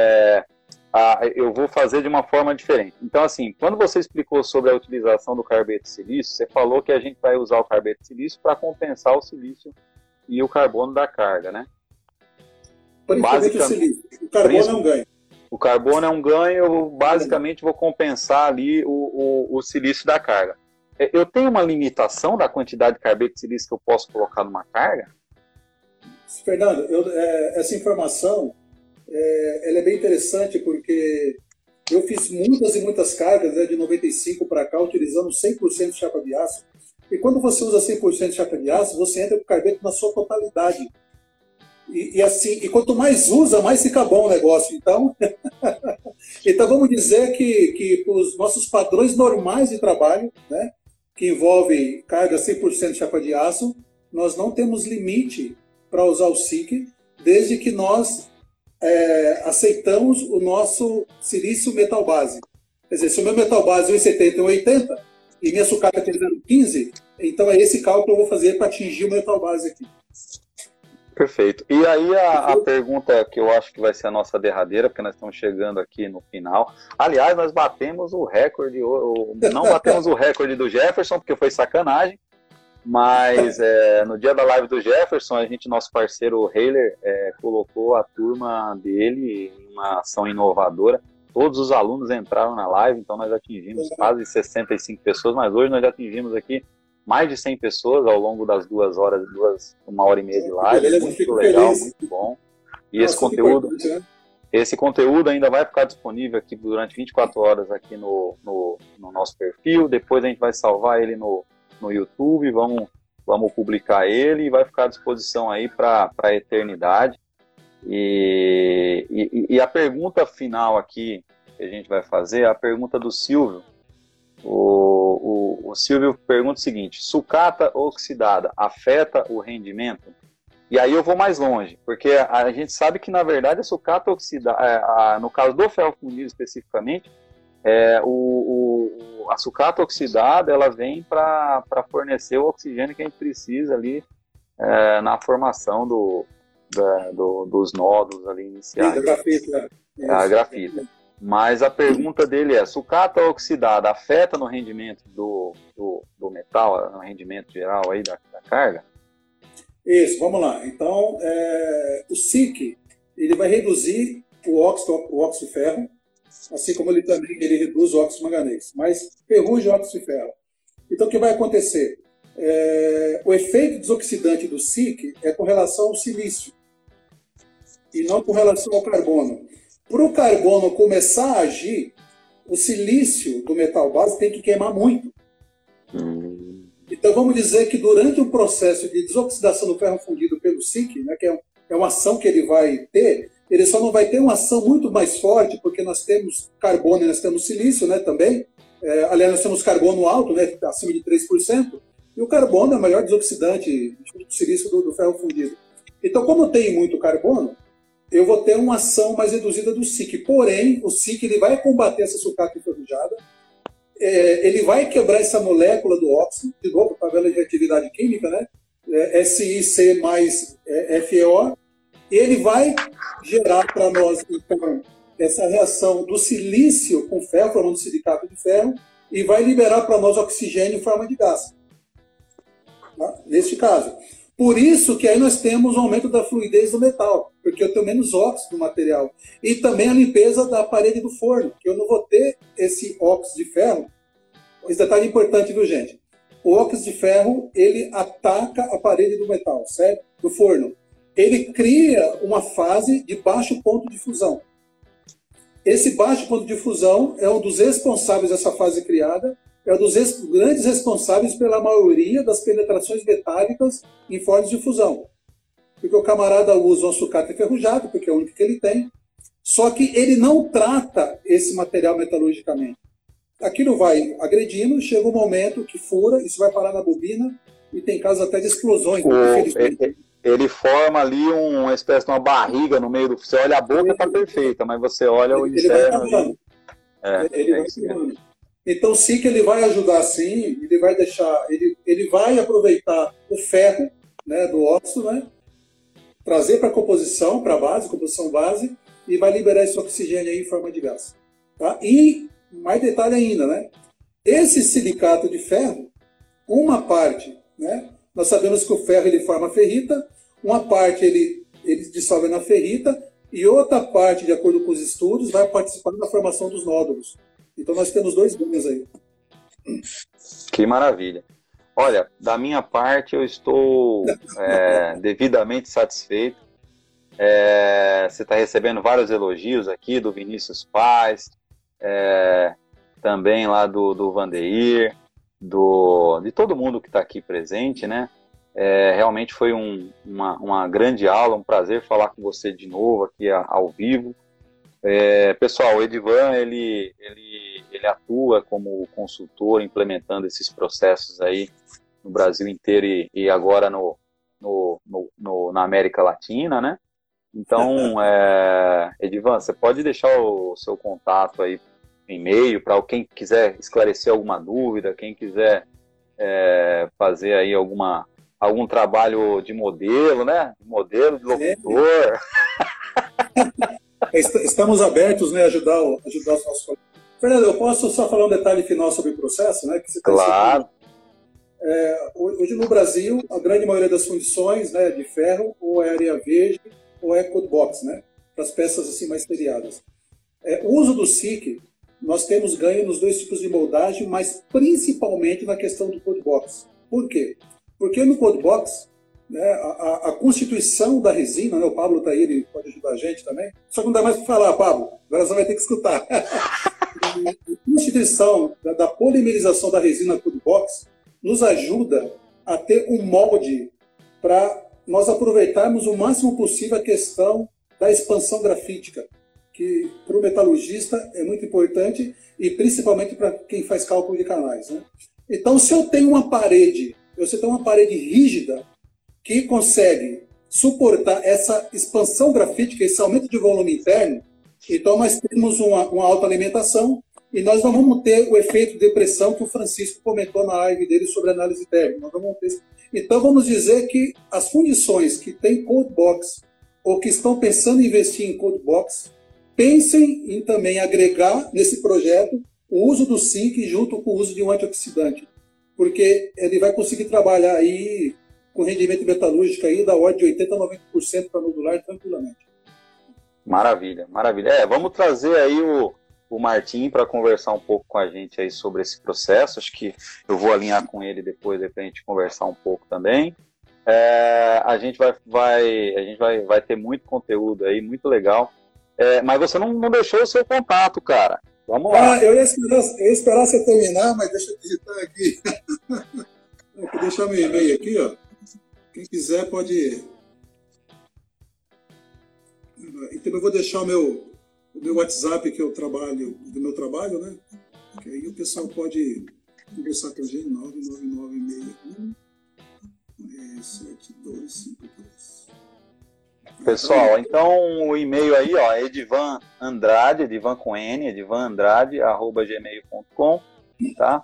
A: eu vou fazer de uma forma diferente. Então, assim, quando você explicou sobre a utilização do carbeto de silício, você falou que a gente vai usar o carbeto de silício para compensar o silício e o carbono da carga, né?
B: Basicamente o silício. O carbono é um ganho.
A: O carbono é um ganho, eu basicamente vou compensar ali o silício da carga. Eu tenho uma limitação da quantidade de carbeto de silício que eu posso colocar numa carga?
B: Fernando, essa informação ela é bem interessante porque eu fiz muitas e muitas cargas, né, de 95 para cá, utilizando 100% de chapa de aço. E quando você usa 100% de chapa de aço, você entra com o carbeto na sua totalidade. E quanto mais usa, mais fica bom o negócio. Então, então vamos dizer que os nossos padrões normais de trabalho, né, que envolve carga 100% de chapa de aço, nós não temos limite para usar o SIC, desde que nós aceitamos o nosso silício metal base. Quer dizer, se o meu metal base é 1,70 e 1,80 e minha sucata tem 0,15, então é esse cálculo que eu vou fazer para atingir o metal base aqui.
A: Perfeito. E aí a pergunta que eu acho que vai ser a nossa derradeira, porque nós estamos chegando aqui no final. Aliás, nós batemos o recorde, não batemos o recorde do Jefferson, porque foi sacanagem, mas no dia da live do Jefferson, nosso parceiro Heiler colocou a turma dele em uma ação inovadora. Todos os alunos entraram na live, então nós atingimos quase 65 pessoas, mas hoje nós já atingimos aqui mais de 100 pessoas ao longo das 2 horas, 1h30 de live. Muito legal, muito bom. E esse conteúdo ainda vai ficar disponível aqui durante 24 horas aqui no nosso perfil. Depois a gente vai salvar ele no YouTube, vamos publicar ele e vai ficar à disposição aí para a eternidade. E a pergunta final aqui que a gente vai fazer é a pergunta do Silvio. O Silvio pergunta o seguinte: sucata oxidada afeta o rendimento? E aí eu vou mais longe, porque a gente sabe que na verdade a sucata oxidada, no caso do ferro fundido especificamente, a sucata oxidada ela vem para fornecer o oxigênio que a gente precisa ali na formação dos nódulos ali iniciais.
B: Sim, grafita.
A: A grafita. Mas a pergunta dele é: sucata oxidada afeta no rendimento do metal, no rendimento geral aí da carga?
B: Isso, vamos lá. Então, o SIC ele vai reduzir o óxido de ferro, assim como ele também reduz o óxido de manganês, mas ferrugem o óxido de ferro. Então, o que vai acontecer? O efeito desoxidante do SIC é com relação ao silício e não com relação ao carbono. Para o carbono começar a agir, o silício do metal base tem que queimar muito. Então vamos dizer que durante o processo de desoxidação do ferro fundido pelo SIC, né, que é uma ação que ele vai ter, ele só não vai ter uma ação muito mais forte, porque nós temos carbono e nós temos silício, né, também. Aliás, nós temos carbono alto, né, acima de 3%, e o carbono é o maior desoxidante do silício do ferro fundido. Então, como tem muito carbono, eu vou ter uma ação mais reduzida do SIC. Porém, o SIC ele vai combater essa sucata enferrujada, ele vai quebrar essa molécula do óxido, de novo, tabela de reatividade química, né? SiC mais FeO, e ele vai gerar para nós, então, essa reação do silício com ferro, formando silicato de ferro, e vai liberar para nós oxigênio em forma de gás. Tá? Neste caso. Por isso que aí nós temos um aumento da fluidez do metal, porque eu tenho menos óxido no material. E também a limpeza da parede do forno, que eu não vou ter esse óxido de ferro. Esse detalhe importante, viu, gente? O óxido de ferro, ele ataca a parede do metal, certo? Do forno. Ele cria uma fase de baixo ponto de fusão. Esse baixo ponto de fusão é um dos responsáveis dessa fase criada, é um dos grandes responsáveis pela maioria das penetrações metálicas em fornos de fusão. Porque o camarada usa um sucata enferrujado, porque é o único que ele tem, só que ele não trata esse material metalurgicamente. Aquilo vai agredindo, chega um momento que fura, isso vai parar na bobina, e tem casos até de explosões.
A: ele forma ali uma espécie de uma barriga no meio do... Você olha a boca, tá perfeita, mas você olha o
B: Ele vai
A: interno ali.
B: travando. Ele vai
A: Isso mesmo.
B: travando. Então, o SIC ele vai ajudar sim, ele vai deixar, ele vai aproveitar o ferro, né, do óxido, né, trazer para a composição, para a base, composição base, e vai liberar esse oxigênio aí em forma de gás. Tá? E mais detalhe ainda, né? Esse silicato de ferro, uma parte, né? Nós sabemos que o ferro ele forma ferrita, uma parte ele dissolve na ferrita e outra parte, de acordo com os estudos, vai participar da formação dos nódulos. Então nós temos dois ganhos aí.
A: Que maravilha. Olha, da minha parte eu estou devidamente satisfeito. Você está recebendo vários elogios aqui do Vinícius Paz, também lá do Vandeir, de todo mundo que está aqui presente, né? Realmente foi uma grande aula, um prazer falar com você de novo aqui ao vivo. Pessoal, o Edivan, ele atua como consultor, implementando esses processos aí no Brasil inteiro e agora na América Latina, né? Então, Edivan, você pode deixar o seu contato aí, e-mail, para quem quiser esclarecer alguma dúvida, quem quiser fazer aí algum trabalho de modelo, né? Modelo de locutor.
B: Estamos abertos, né, a ajudar os nossos colegas. Fernando, eu posso só falar um detalhe final sobre o processo, né? Que você
A: claro.
B: Hoje no Brasil, a grande maioria das fundições, né, de ferro ou é areia verde ou é cold box, né? Para as peças assim mais seriadas. O uso do SIC, nós temos ganho nos dois tipos de moldagem, mas principalmente na questão do cold box. Por quê? Porque no cold box, né, a constituição da resina, né, o Pablo está aí, ele pode ajudar a gente também, só que não dá mais para falar, Pablo, agora você vai ter que escutar. A constituição da polimerização da resina cold box nos ajuda a ter um molde para nós aproveitarmos o máximo possível a questão da expansão grafítica, que para o metalurgista é muito importante e principalmente para quem faz cálculo de canais, né? Então, se eu tenho uma parede rígida que consegue suportar essa expansão grafítica, esse aumento de volume interno, então nós temos uma autoalimentação e nós não vamos ter o efeito de depressão que o Francisco comentou na live dele sobre análise térmica. Nós vamos ter... Então vamos dizer que as fundições que têm cold box ou que estão pensando em investir em cold box, pensem em também agregar nesse projeto o uso do SIC junto com o uso de um antioxidante, porque ele vai conseguir trabalhar aí com rendimento metalúrgico aí da ordem de 80% a 90% para nodular tranquilamente.
A: Maravilha, maravilha. Vamos trazer aí o Martim para conversar um pouco com a gente aí sobre esse processo. Acho que eu vou alinhar com ele depois para a gente conversar um pouco também. A gente vai ter muito conteúdo aí, muito legal. Mas você não deixou o seu contato, cara. Vamos lá.
B: Eu ia esperar você terminar, mas deixa eu digitar aqui. Vou deixar meu e-mail aqui, ó. Quem quiser pode... Então eu vou deixar o meu WhatsApp que eu trabalho, do meu trabalho, né? Que aí o pessoal pode conversar com a gente, 99961-7252.
A: Pessoal, então o e-mail aí, ó, é Edivan Andrade, Edivan com N, edivanandrade@gmail.com, tá?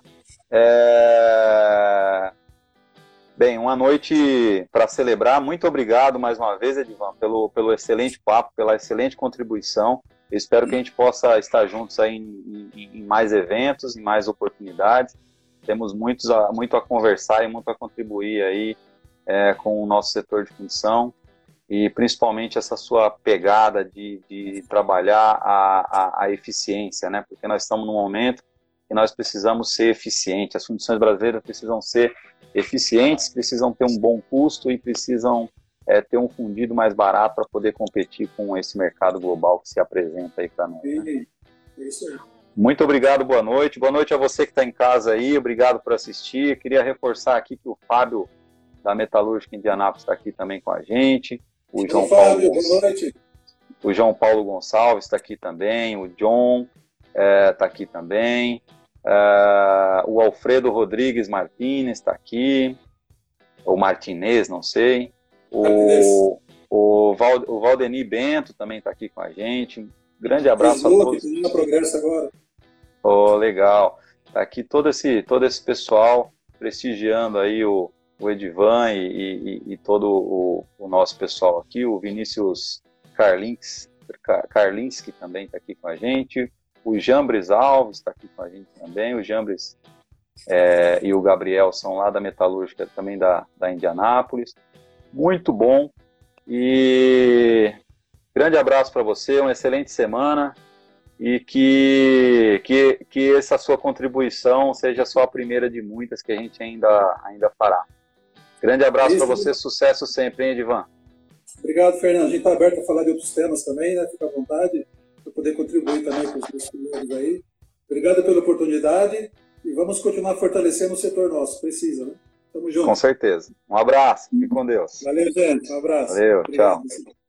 A: Bem, uma noite para celebrar. Muito obrigado mais uma vez, Edivan, pelo excelente papo, pela excelente contribuição. Eu espero que a gente possa estar juntos aí em mais eventos, em mais oportunidades. Temos muito a conversar e muito a contribuir aí com o nosso setor de fundição e principalmente essa sua pegada de trabalhar a eficiência, né? Porque nós estamos num momento que nós precisamos ser eficientes. As fundições brasileiras precisam ser eficientes, precisam ter um bom custo e precisam ter um fundido mais barato para poder competir com esse mercado global que se apresenta aí para nós. Né?
B: É isso aí.
A: Muito obrigado, boa noite. Boa noite a você que está em casa aí, obrigado por assistir. Queria reforçar aqui que o Fábio da Metalúrgica Indianápolis está aqui também com a gente. O João
B: Fábio, boa noite.
A: O João Paulo Gonçalves está aqui também, o John está aqui também. O Alfredo Rodrigues Martínez está aqui, ou Martinez, não sei. O Valdeni Bento também está aqui com a gente. Um grande abraço a todos.
B: Tem uma progresso agora.
A: Oh, legal. Tá aqui todo esse pessoal prestigiando aí o Edivan e todo o nosso pessoal aqui. O Vinícius Karlinski também está aqui com a gente. O Jambres Alves está aqui com a gente também. O Jambres e o Gabriel são lá da Metalúrgica, também da Indianápolis. Muito bom. E grande abraço para você, uma excelente semana. E que essa sua contribuição seja só a primeira de muitas que a gente ainda fará. Grande abraço para você, sucesso sempre, hein, Edivan?
B: Obrigado, Fernando. A gente está aberto a falar de outros temas também, né? Fica à vontade para poder contribuir também com os meus colegas aí. Obrigado pela oportunidade e vamos continuar fortalecendo o setor nosso. Precisa, né? Tamo junto.
A: Com certeza. Um abraço. Fique com Deus.
B: Valeu, gente. Um abraço.
A: Valeu,
B: obrigado.
A: tchau.